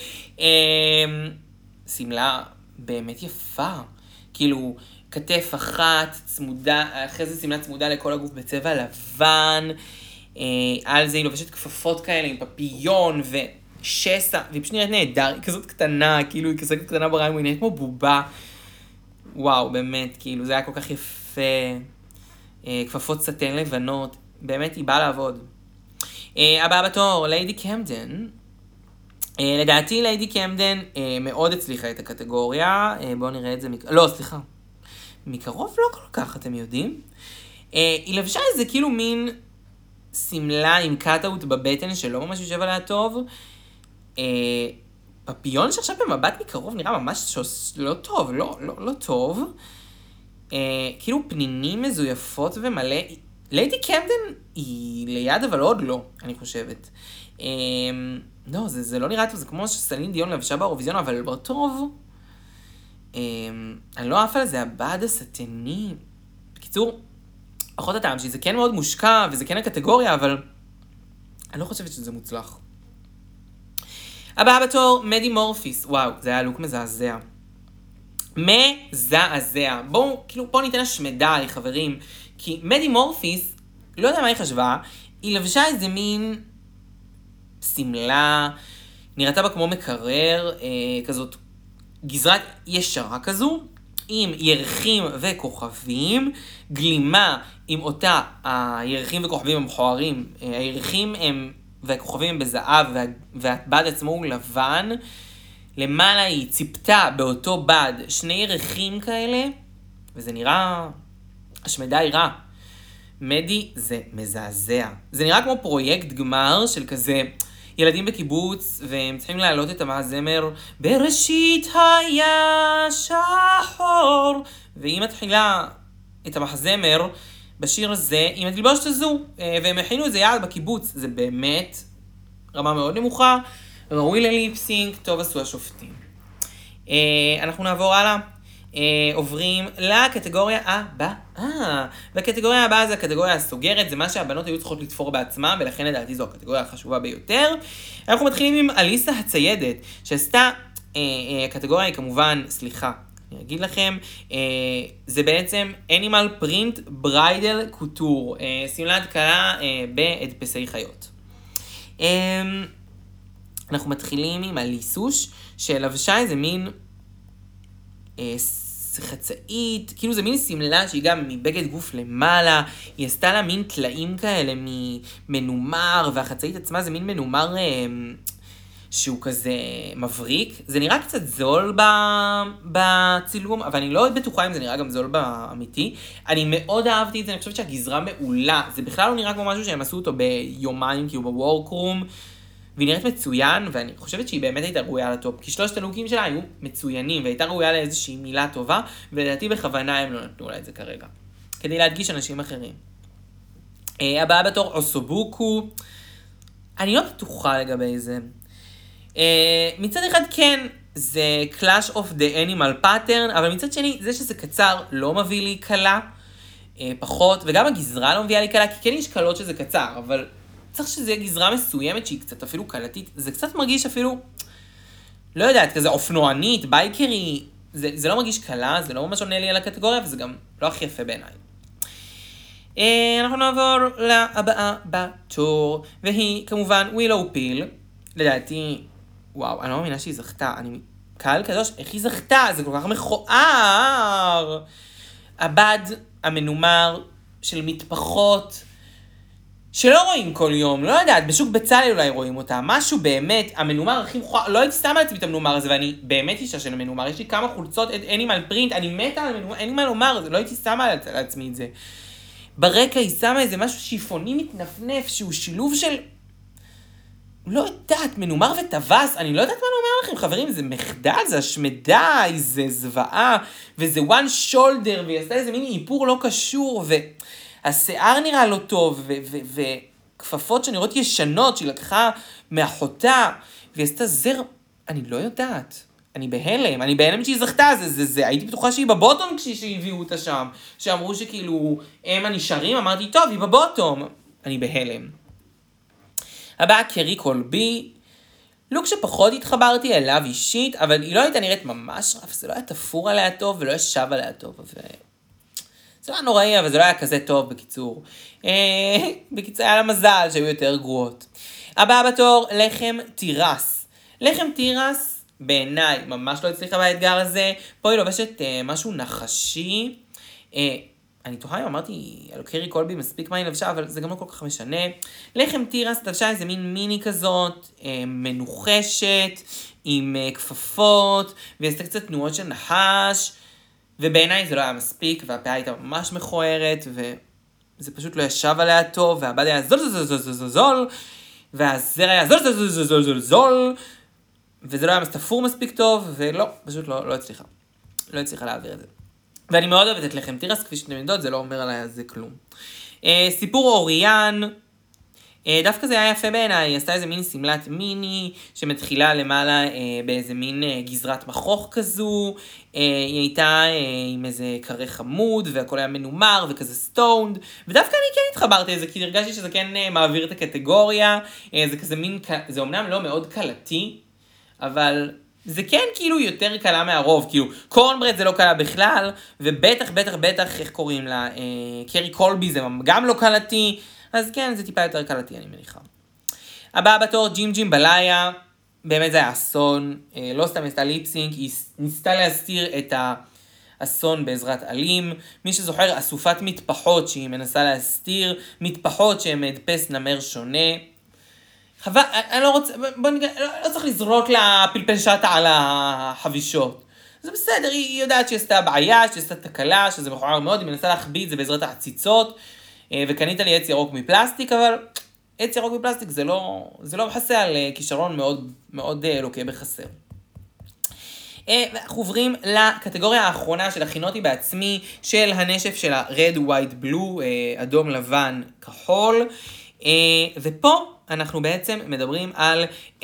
Speaker 2: סמלה באמת יפה, כאילו כתף אחת צמודה, אחרי זה סמלה צמודה לכל הגוף בצבע לבן, על זה היא לובשת כפפות כאלה עם פפיון ושסע, והיא פשוט נראית נהדר, היא כזאת קטנה, כאילו היא כזאת קטנה בריים, היא נראית כמו בובה. וואו, באמת, כאילו זה היה כל כך יפה. כפפות סטן לבנות, באמת היא באה לעבוד. הבאה בתור, ליידי קמדן. לדעתי ליידי קמדן מאוד הצליחה את הקטגוריה, בואו נראה את זה, מקרוב לא כל כך, אתם יודעים. היא לבשה איזה כאילו מין סמלה עם קאט-אוט בבטן שלא ממש יושב עליה טוב. פפיון שעכשיו במבט מקרוב נראה ממש לא טוב, לא טוב. כאילו פנינים מזויפות ומלא, ליידי קמדן היא ליד אבל עוד לא, אני חושבת. לא, זה לא נראה טוב, זה כמו שסלין דיון לבשה באירוויזיון, אבל לא טוב. אני לא אף על זה, הבד הסטני. בקיצור, פחות הטעם שלי, זה כן מאוד מושקע, וזה כן הקטגוריה, אבל אני לא חושבת שזה מוצלח. הבאה בתור, מדי מורפיס. וואו, זה היה לוק מזעזע. מזעזע. בואו ניתן השמדה לי, חברים. כי מדי מורפיס, לא יודע מה היא חשבה, היא לבשה איזה מין סמלה, נראתה בה כמו מקרר, כזאת גזרת ישרה כזו, עם ירחים וכוכבים, גלימה עם אותה הירחים וכוכבים המכוערים, הירחים הם והכוכבים הם בזהב והבד עצמו הוא לבן, למעלה היא ציפתה באותו בד שני ירחים כאלה, וזה נראה, השמדה היא רע. מדי זה מזעזע. זה נראה כמו פרויקט גמר של כזה ילדים בקיבוץ, והם צריכים להעלות את המזמר בראשית היה שחור, והיא מתחילה את המחזמר בשיר הזה עם התלבושת הזו, והם הכינו את זה יעד בקיבוץ. זה באמת רמה מאוד נמוכה, ראוי לליפסינג, טוב עשו השופטים. אנחנו נעבור הלאה. עוברים לקטגוריה הבאה. והקטגוריה הבאה זה הקטגוריה הסוגרת, זה מה שהבנות היו צריכות לתפור בעצמם, ולכן לדעתי זו הקטגוריה החשובה ביותר. אנחנו מתחילים עם אליסה הציידת, שעשתה, הקטגוריה היא כמובן, אני אגיד לכם, זה בעצם Animal Print Bridal Couture, סמלת כלה בהדפסי חיות. אנחנו מתחילים עם אליסוש, שלבשה איזה מין חצאית, כאילו זה מין סמלה שהיא גם מבגד גוף למעלה, היא עשתה לה מין טלאים כאלה ממנומר, והחצאית עצמה זה מין מנומר שהוא כזה מבריק. זה נראה קצת זול בצילום, אבל אני לא בטוחה אם זה נראה גם זול באמיתי. אני מאוד אהבתי את זה, אני חושבת שהגזרה מעולה, זה בכלל לא נראה כמו משהו שהם עשו אותו ביומיים, כאילו בוורקרום, והיא נראית מצוין, ואני חושבת שהיא באמת הייתה ראויה לטופ, כי שלושת הלוקים שלה היו מצוינים, והייתה ראויה לאיזושהי מילה טובה, ולדעתי בכוונה הם לא נתנו לה את זה כרגע, כדי להדגיש אנשים אחרים. הבאה בתור אוסובוקו, אני לא בטוחה לגבי זה. מצד אחד כן, זה Clash of the Animal Pattern, אבל מצד שני, זה שזה קצר לא מביא לי קלה, פחות, וגם הגזרה לא מביאה לי קלה, כי כן יש קלות שזה קצר, אבל צריך שזה יהיה גזרה מסוימת שהיא קצת אפילו קלתית, זה קצת מרגיש אפילו, לא יודעת, כזה אופנוענית, בייקרי, זה לא מרגיש קלה, זה לא ממש עונה לי על הקטגוריה, וזה גם לא הכי יפה בעיניי. אנחנו נעבור להבאה בתור, והיא כמובן ווילו פיל, לדעתי, וואו, אני לא מאמינה שהיא זכתה, קהל קדוש, איך היא זכתה? זה כל כך מכוער. הבד המנומר של מטפחות, שלא רואים כל יום, לא יודעת, בשוק בצלאל אולי רואים אותה, משהו באמת, המנומר הכי מכוער, לא הייתי סתם על עצמי את המנומר הזה, ואני באמת אישה של המנומר, יש לי כמה חולצות אנימל פרינט, אני מתה על המנומר, אין לי מה לומר, לא הייתי שמה על עצמי את זה. ברקע היא שמה איזה משהו שיפוני מתנפנף, שהוא שילוב של, לא יודעת, מנומר וטווס, אני לא יודעת מה לומר לכם, חברים, זה מחדל, זה השמדה, זה זוועה, וזה one shoulder, והיא עשתה איזה מיני איפור לא קשור, והשיער נראה לא טוב, וכפפות שנראות ישנות, שהיא לקחה מאחותה, והיא עשתה זר, אני לא יודעת. אני בהלם שהיא זכתה, הייתי בטוחה שהיא בבוטום כשהביאו אותה שם, שאמרו שכאילו, הם הנשארים, אמרתי, טוב, היא בבוטום. אני בהלם. הבאה, קרי קולבי, לוק שפחות התחברתי אליו אישית, אבל היא לא הייתה נראית ממש רף, זה לא היה תפור עליה טוב, ולא ישב עליה טוב, זה לא היה נוראי, אבל זה לא היה כזה טוב, בקיצור. בקיצור, היה לה מזל שהיו יותר גרועות. הבאה בתור, לחם תירס. לחם תירס, בעיניי, ממש לא הצליחה באתגר הזה. פה היא לובשת משהו נחשי. אני תוהה אם אמרתי על קרי קולבי מספיק מה היא לבשה, אבל זה גם לא כל כך משנה. לחם תירס לבשה איזה מין מיני כזאת, מנוחשת, עם כפפות, ועשתה קצת תנועות של נחש, ובעיניי זה לא היה מספיק, והפאה הייתה ממש מכוערת, וזה פשוט לא ישב עליה טוב, והבד היה זול, והזר היה זול, וזה לא היה תפור מספיק טוב, ולא, פשוט לא הצליחה. לא הצליחה להעביר את זה. ואני מאוד אוהבת את לחם תירס, כפי שאתם יודעות, זה לא אומר עליי זה כלום. סיפור אוריאן, דווקא זה היה יפה בעיניי, היא עשתה איזה מין סמלת מיני, שמתחילה למעלה באיזה מין גזרת מכוך כזו, היא הייתה עם איזה קרה חמוד, והכל היה מנומר וכזה סטונד, ודווקא אני כן התחברתי לזה, כי הרגשתי שזה כן מעביר את הקטגוריה, זה כזה מין, זה אומנם לא מאוד קלתי, אבל זה כן כאילו יותר קלה מהרוב, כאילו קורנברד זה לא קלה בכלל, ובטח, איך קוראים לה, קרי קולבי זה גם לא קלתי, אז כן, זה טיפה יותר קלתי, אני מניחה. הבאה בתור, ג'ים בליה, באמת זה היה אסון, לא סתם עשתה ליפסינק, היא ניסתה להסתיר את האסון בעזרת אלים, מי שזוכר, אסופת מטפחות שהיא מנסה להסתיר, מטפחות שהן הדפס נמר שונה, חבל, אני לא רוצה, לא צריך לזרוק לה פלפל שטה על החבישות. זה בסדר, היא יודעת שהיא עשתה בעיה, שהיא עשתה תקלה, שזה מכוער מאוד, היא מנסה להחביא את זה בעזרת העציצות, וקנית לי עץ ירוק מפלסטיק, אבל עץ ירוק מפלסטיק זה לא מחסה על כישרון מאוד, מאוד לוקה בחסר. אנחנו עוברים לקטגוריה האחרונה של הכינותי בעצמי, של הנשף של ה-Red, White, Blue, אדום, לבן, כחול, ופה אנחנו בעצם מדברים על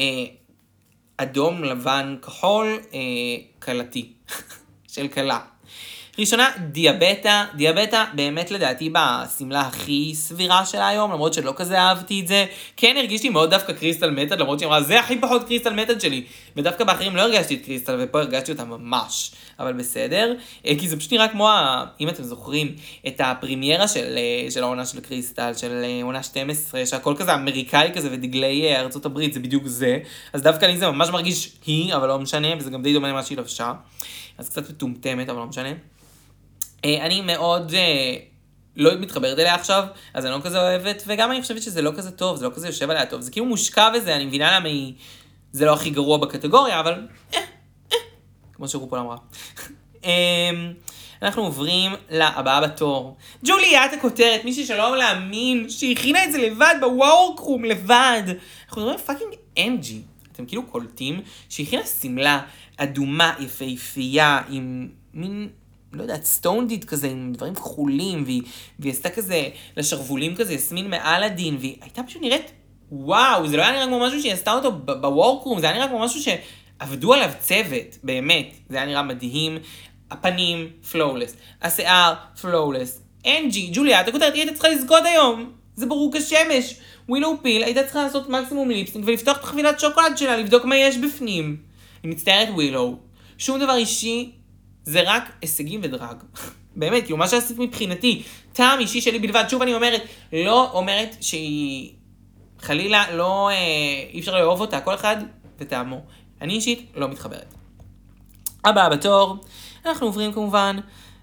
Speaker 2: אדום, לבן, כחול, קלתי, של קלה. ראשונה, דיאבטה באמת לדעתי בסמלה הכי סבירה שלה היום, למרות שלא כזה אהבתי את זה. כן הרגישתי מאוד דווקא קריסטל מטד, למרות שהיא אמרה, זה הכי פחות קריסטל מטד שלי. ודווקא באחרים לא הרגשתי את קריסטל, ופה הרגשתי אותה ממש. אבל בסדר, כי זה פשוט נראה כמו, אם אתם זוכרים, את הפרימיירה של העונה של קריסטל, של עונה 12, שהכל כזה אמריקאי כזה, ודגלי ארצות הברית, זה בדיוק זה. אז דווקא לי זה ממש מרגיש היא, אבל לא משנה, וזה גם די דומה למה שהיא לבשה. אז קצת מטומטמת, אבל לא משנה. אני מאוד לא מתחברת אליה עכשיו, אז אני לא כזה אוהבת, וגם אני חושבת שזה לא כזה טוב, זה לא כזה יושב עליה טוב, זה כאילו מושקע וזה, אני מבינה למה זה לא הכי גרוע בקטגוריה, אבל כמו שרופול אמרה. אנחנו עוברים להבאה בתור. ג'וליית הכותרת, מישהי שלא אמור להאמין, שהכינה את זה לבד בוורקרום, לבד. אנחנו מדברים פאקינג אנג'י. אתם כאילו קולטים שהכינה סמלה אדומה, יפהפייה, עם מין, לא יודעת, סטונדית כזה, עם דברים כחולים, והיא עשתה כזה לשרבולים כזה, יסמין מעל הדין, והיא הייתה פשוט נראית, וואו, זה לא היה נראה כמו משהו שהיא עשתה אותו בוורקרום, זה היה נראה כמו משהו שעבדו עליו צוות, באמת. זה היה נראה מדהים. הפנים, פלולס. השיער, פלולס. אנג'י, ג'וליה, אתה כותרת, היא הייתה צריכה לזכות היום. זה ברור כשמש. ווילו פיל הייתה צריכה לעשות מקסימום ליפסטינג ולפתוח את חבילת שוקולד שלה, לבדוק מה יש בפנים. היא מצטערת ווילו. שום דבר אישי, זה רק הישגים ודרג. באמת, כאילו מה שעשית מבחינתי, טעם אישי שלי בלבד. שוב אני אומרת, לא אומרת שהיא חלילה, לא, אי אפשר לאהוב אותה. כל אחד וטעמו. אני אישית לא מתחברת. הבאה בתור, אנחנו עוברים כמובן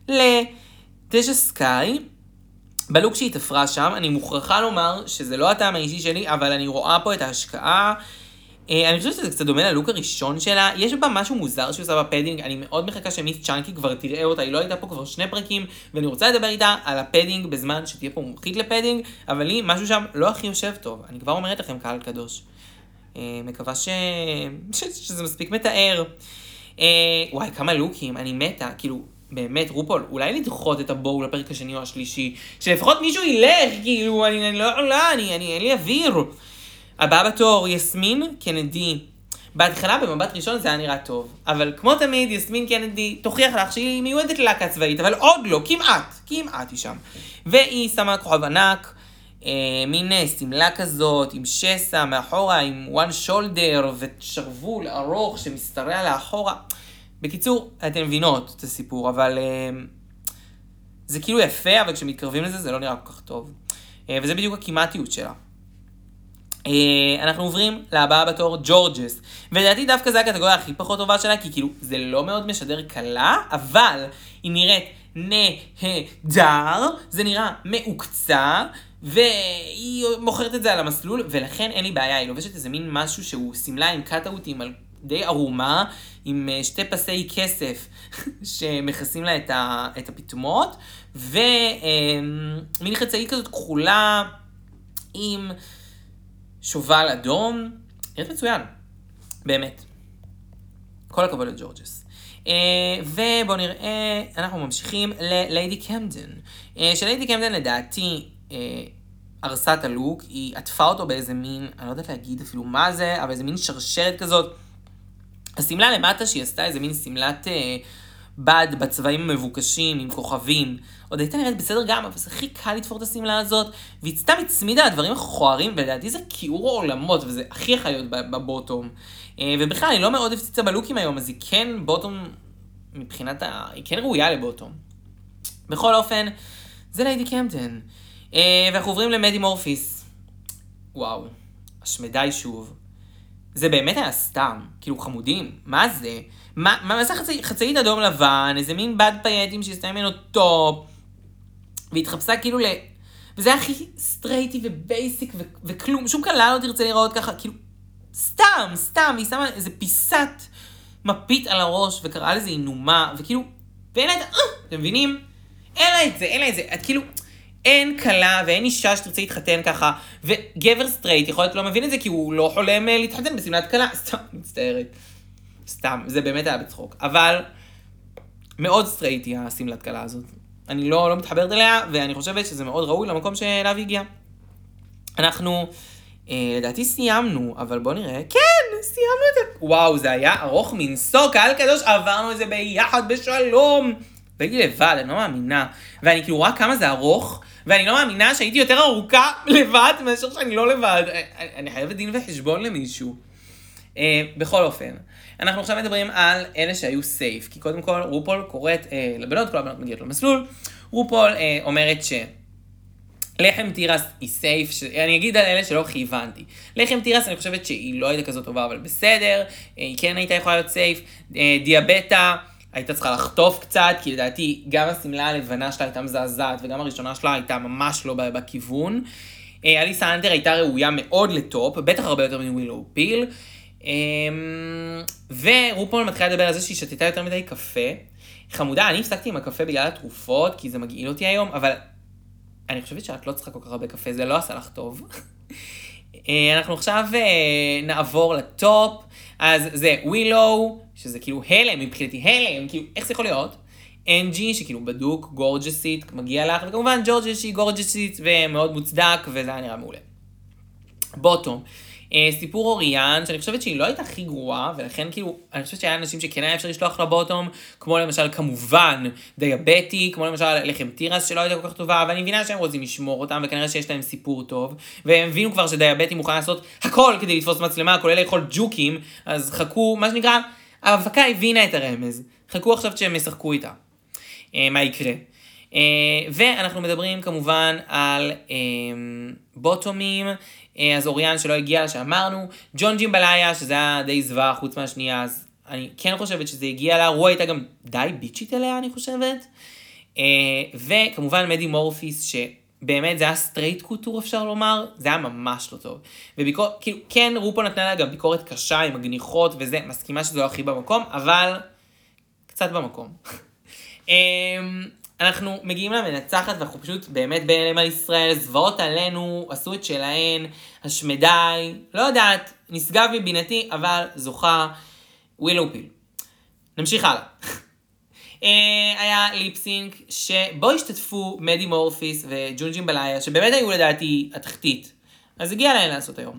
Speaker 2: לדז'ה סקאי, בלוק שהיא תפרה שם. אני מוכרחה לומר שזה לא הטעם האישי שלי, אבל אני רואה פה את ההשקעה. אני חושבת שזה קצת דומה ללוק הראשון שלה. יש בה משהו מוזר שהיא עושה בפדינג. אני מאוד מחכה שמיס צ'אנקי כבר תראה אותה. היא לא הייתה פה כבר 2 פרקים, ואני רוצה לדבר איתה על הפדינג בזמן שתהיה פה מומחית לפדינג, אבל לי משהו שם לא הכי יושב טוב. אני כבר אומרת לכם, קהל קדוש. מקווה שזה מספיק מתאר. וואי, כמה לוקים, אני מתה, כאילו, באמת, רופול, אולי לדחות את הבואו לפרק השני או השלישי, שלפחות מישהו ילך, כאילו, אני לא עולה, אין לי אוויר. הבאה בתור, יסמין קנדי. בהתחלה, במבט ראשון, זה היה נראה טוב, אבל כמו תמיד, יסמין קנדי תוכיח לך שהיא מיועדת ללהקה צבאית, אבל עוד לא, כמעט היא שם. והיא שמה כוכב ענק, מין סמלה כזאת, עם שסע מאחורה, עם one shoulder, ושרבול ארוך שמסתרע לאחורה. בקיצור, אתן מבינות את הסיפור, אבל זה כאילו יפה, אבל כשמתקרבים לזה, זה לא נראה כל כך טוב. וזה בדיוק הכמעטיות שלה. אנחנו עוברים להבאה בתור ג'ורג'ס. ולדעתי דווקא זה הקטגוריה הכי פחות טובה שלה, כי כאילו זה לא מאוד משדר קלה, אבל היא נראית נהדר, זה נראה מעוקצה, והיא מוכרת את זה על המסלול, ולכן אין לי בעיה, היא לובשת איזה מין משהו שהוא סמלה עם קאטאוטים על די ערומה, עם 2 פסי כסף שמכסים לה את הפתמות, ומין חצאית כזאת כחולה עם שובל אדום, נראית מצוין, באמת. כל הכבוד לג'ורג'ס. ובואו נראה, אנחנו ממשיכים לליידי קמדן. שליידי קמדן לדעתי הרסה את הלוק, היא עטפה אותו באיזה מין, אני לא יודעת להגיד אפילו מה זה, אבל איזה מין שרשרת כזאת. הסמלה למטה שהיא עשתה איזה מין סמלת בד בצבעים המבוקשים עם כוכבים. עוד הייתה נראית בסדר גם, אבל זה הכי קל לתפור את הסמלה הזאת, והיא סתם הצמידה לדברים מכוערים, ולדעתי זה כיעור עולמות, וזה הכי חיות בבוטום. ובכלל, אני לא מאוד הפציצה בלוקים היום, אז היא כן בוטום מבחינת היא כן ראויה לבוטום. בכל אופן, זה ליידי קמדן. ואנחנו עוברים למדי מורפיס. וואו, השמדי שוב. זה באמת היה סתם, כאילו חמודים. מה זה? מה זה חצאית אדום לבן, איזה מין בד פייטים שהסתיים ממנו טופ, והתחפשה כאילו וזה היה הכי סטרייטי ובייסיק וכלום, שום כלל לא תרצה לראות ככה, כאילו, סתם, והיא שמה איזה פיסת מפית על הראש, וקראה לזה אינומה, וכאילו, ואין לה אתם מבינים? אין לה את זה, את כאילו, אין קלה ואין אישה שתרצה להתחתן ככה, וגבר סטרייט יכול להיות לא מבין את זה, כי הוא לא חולם להתחתן בסמלת קלה, סתם, מצטערת. סתם, זה באמת היה בצחוק. אבל מאוד סטרייטי הסמלת קלה הזאת. אני לא מתחברת אליה, ואני חושבת שזה מאוד ראוי למקום שאליו הגיע. אנחנו, לדעתי סיימנו, אבל בוא נראה. כן, סיימנו את זה. וואו, זה היה ארוך מנסו, קהל קדוש, עברנו את זה ביחד בשלום. והייתי לבד, אני לא מאמינה. ואני כאילו רואה כמה זה ארוך, ואני לא מאמינה שהייתי יותר ארוכה לבד, מאשר שאני לא לבד. אני חייבת דין וחשבון למישהו. בכל אופן, אנחנו עכשיו מדברים על אלה שהיו סייף, כי קודם כל רופול קוראת לבנות, כל הבנות מגיעות למסלול, רופול אומרת לחם תירס היא סייף, אני אגיד על אלה שלא כיוונתי. לחם תירס אני חושבת שהיא לא הייתה כזאת טובה, אבל בסדר, היא כן הייתה יכולה להיות סייף. דיאבטה הייתה צריכה לחטוף קצת, כי לדעתי גם הסמלה הלבנה שלה הייתה מזעזעת, וגם הראשונה שלה הייתה ממש לא בכיוון. אליסה אנדר הייתה ראויה מאוד לטופ, בטח הרבה יותר מווילו פיל. ורופול מתחילה לדבר על זה שהיא שתתה יותר מדי קפה. חמודה, אני הפסקתי עם הקפה בגלל התרופות, כי זה מגעיל אותי היום, אבל אני חושבת שאת לא צריכה כל כך הרבה קפה, זה לא עשה לך טוב. אנחנו עכשיו נעבור לטופ, אז זה ווילו, שזה כאילו הלם, מבחינתי הלם, כאילו איך זה יכול להיות? אנג'י, שכאילו בדוק, גורג'סית, מגיע לך, וכמובן ג'ורג'ה שהיא גורג'סית ומאוד מוצדק, וזה היה נראה מעולה. בוטום, סיפור אוריאן, שאני חושבת שהיא לא הייתה הכי גרועה, ולכן כאילו, אני חושבת שהיה אנשים שכן היה אפשר לשלוח לבוטום, כמו למשל כמובן דיאבטי, כמו למשל לחם תירס שלא הייתה כל כך טובה, ואני מבינה שהם רוצים לשמור אותם, וכנראה שיש להם סיפור טוב, והם הבינו כבר שדיאבטי מוכן לעשות הכל כדי לתפוס מצלמה, כולל לאכול ג'וקים, אז חכו, מה שנקרא, ההפקה הבינה את הרמז, חכו עכשיו שהם ישחקו איתה, מה יקרה. ואנחנו מדברים כמובן על בוטומים, אז אוריאן שלא הגיע שאמרנו, ג'ון ג'ימבליה שזה היה די זווה חוץ מהשנייה, אז אני כן חושבת שזה הגיע לה, רו הייתה גם די ביצ'ית אליה אני חושבת, וכמובן מדי מורפיס שבאמת זה היה סטרייט קוטור אפשר לומר, זה היה ממש לא טוב, כאילו כן רופו נתנה לה גם ביקורת קשה עם הגניחות וזה, מסכימה שזה לא הכי במקום, אבל קצת במקום. אנחנו מגיעים למנצחת ואנחנו פשוט באמת בהלם על ישראל, זוועות עלינו, עשו את שלהן, השמדי, לא יודעת, נשגב מבינתי, אבל זוכה ווילו פיל. נמשיך הלאה. היה ליפסינק שבו השתתפו מדי מורפיס וג'ון ג'ימבליה, שבאמת היו לדעתי התחתית, אז הגיע להן לעשות היום.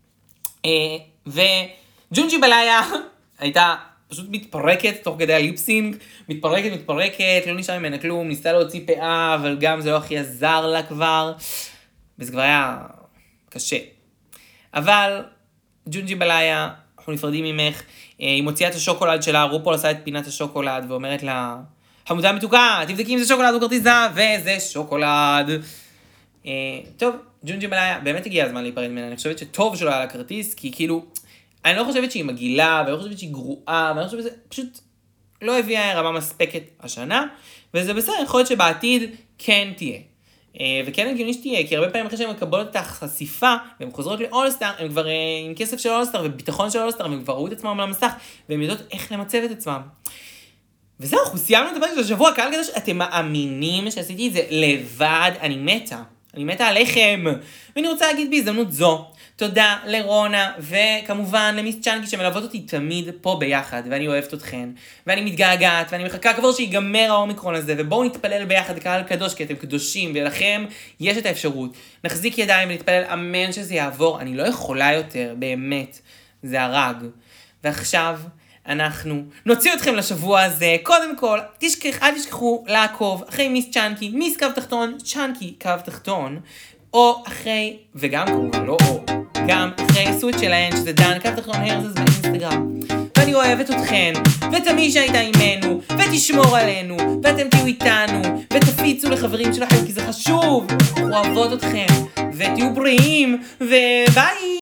Speaker 2: וג'ון ג'ימבליה הייתה פשוט מתפרקת תוך כדי הליפסינג, מתפרקת, לא נשאר ממנה כלום, ניסתה להוציא פאה, אבל גם זה לא הכי עזר לה כבר, וזה כבר היה קשה. אבל ג'ון ג'ימבליה, אנחנו נפרדים ממך, היא מוציאה את השוקולד שלה, רופול עושה את פינת השוקולד, ואומרת לה, חמודה מתוקה, תבדקי אם זה שוקולד או כרטיס זהב, וזה שוקולד. טוב, ג'ון ג'ימבליה, באמת הגיע הזמן להיפרד ממנה, אני חושבת שטוב שלא היה לה כרטיס, כי כאילו, אני לא חושבת שהיא מגעילה, ואני לא חושבת שהיא גרועה, ואני לא חושבת שזה פשוט לא הביאה רמה מספקת השנה, וזה בסדר, יכול להיות שבעתיד כן תהיה. וכן הגיוני שתהיה, כי הרבה פעמים אחרי שהן מקבלות את החשיפה, והן חוזרות לאולסטאר, הן כבר עם כסף של אולסטאר, וביטחון של אולסטאר, והן כבר ראו את עצמם על המסך, והן יודעות איך למצב את עצמם. וזהו, אנחנו סיימנו את הפרק של השבוע, קהל קדוש, אתם מאמינים שעשיתי את זה לבד, אני מתה עליכם, ואני רוצה להגיד בהזדמנות זו, תודה לרונה, וכמובן למיס צ'אנקי שמלוות אותי תמיד פה ביחד, ואני אוהבת אתכן, ואני מתגעגעת, ואני מחכה כבר שיגמר האומיקרון הזה, ובואו נתפלל ביחד קהל קדוש, כי אתם קדושים, ולכם יש את האפשרות. נחזיק ידיים ונתפלל, אמן שזה יעבור, אני לא יכולה יותר, באמת, זה הרג. ועכשיו אנחנו נוציא אתכם לשבוע הזה, קודם כל, אל תשכחו לעקוב אחרי מיס צ'אנקי, מיס קו תחתון, צ'אנקי קו תחתון, או אחרי, וגם כמובן לא או, גם אחרי סוט שלהן, שזה דן קו תחתון הרזס באינסטגרם. ואני אוהבת אתכן, ותמיד שהייתה עימנו, ותשמור עלינו, ואתם תהיו איתנו, ותפיצו לחברים שלכם, כי זה חשוב, אנחנו אוהבות אתכם, ותהיו בריאים, וביי!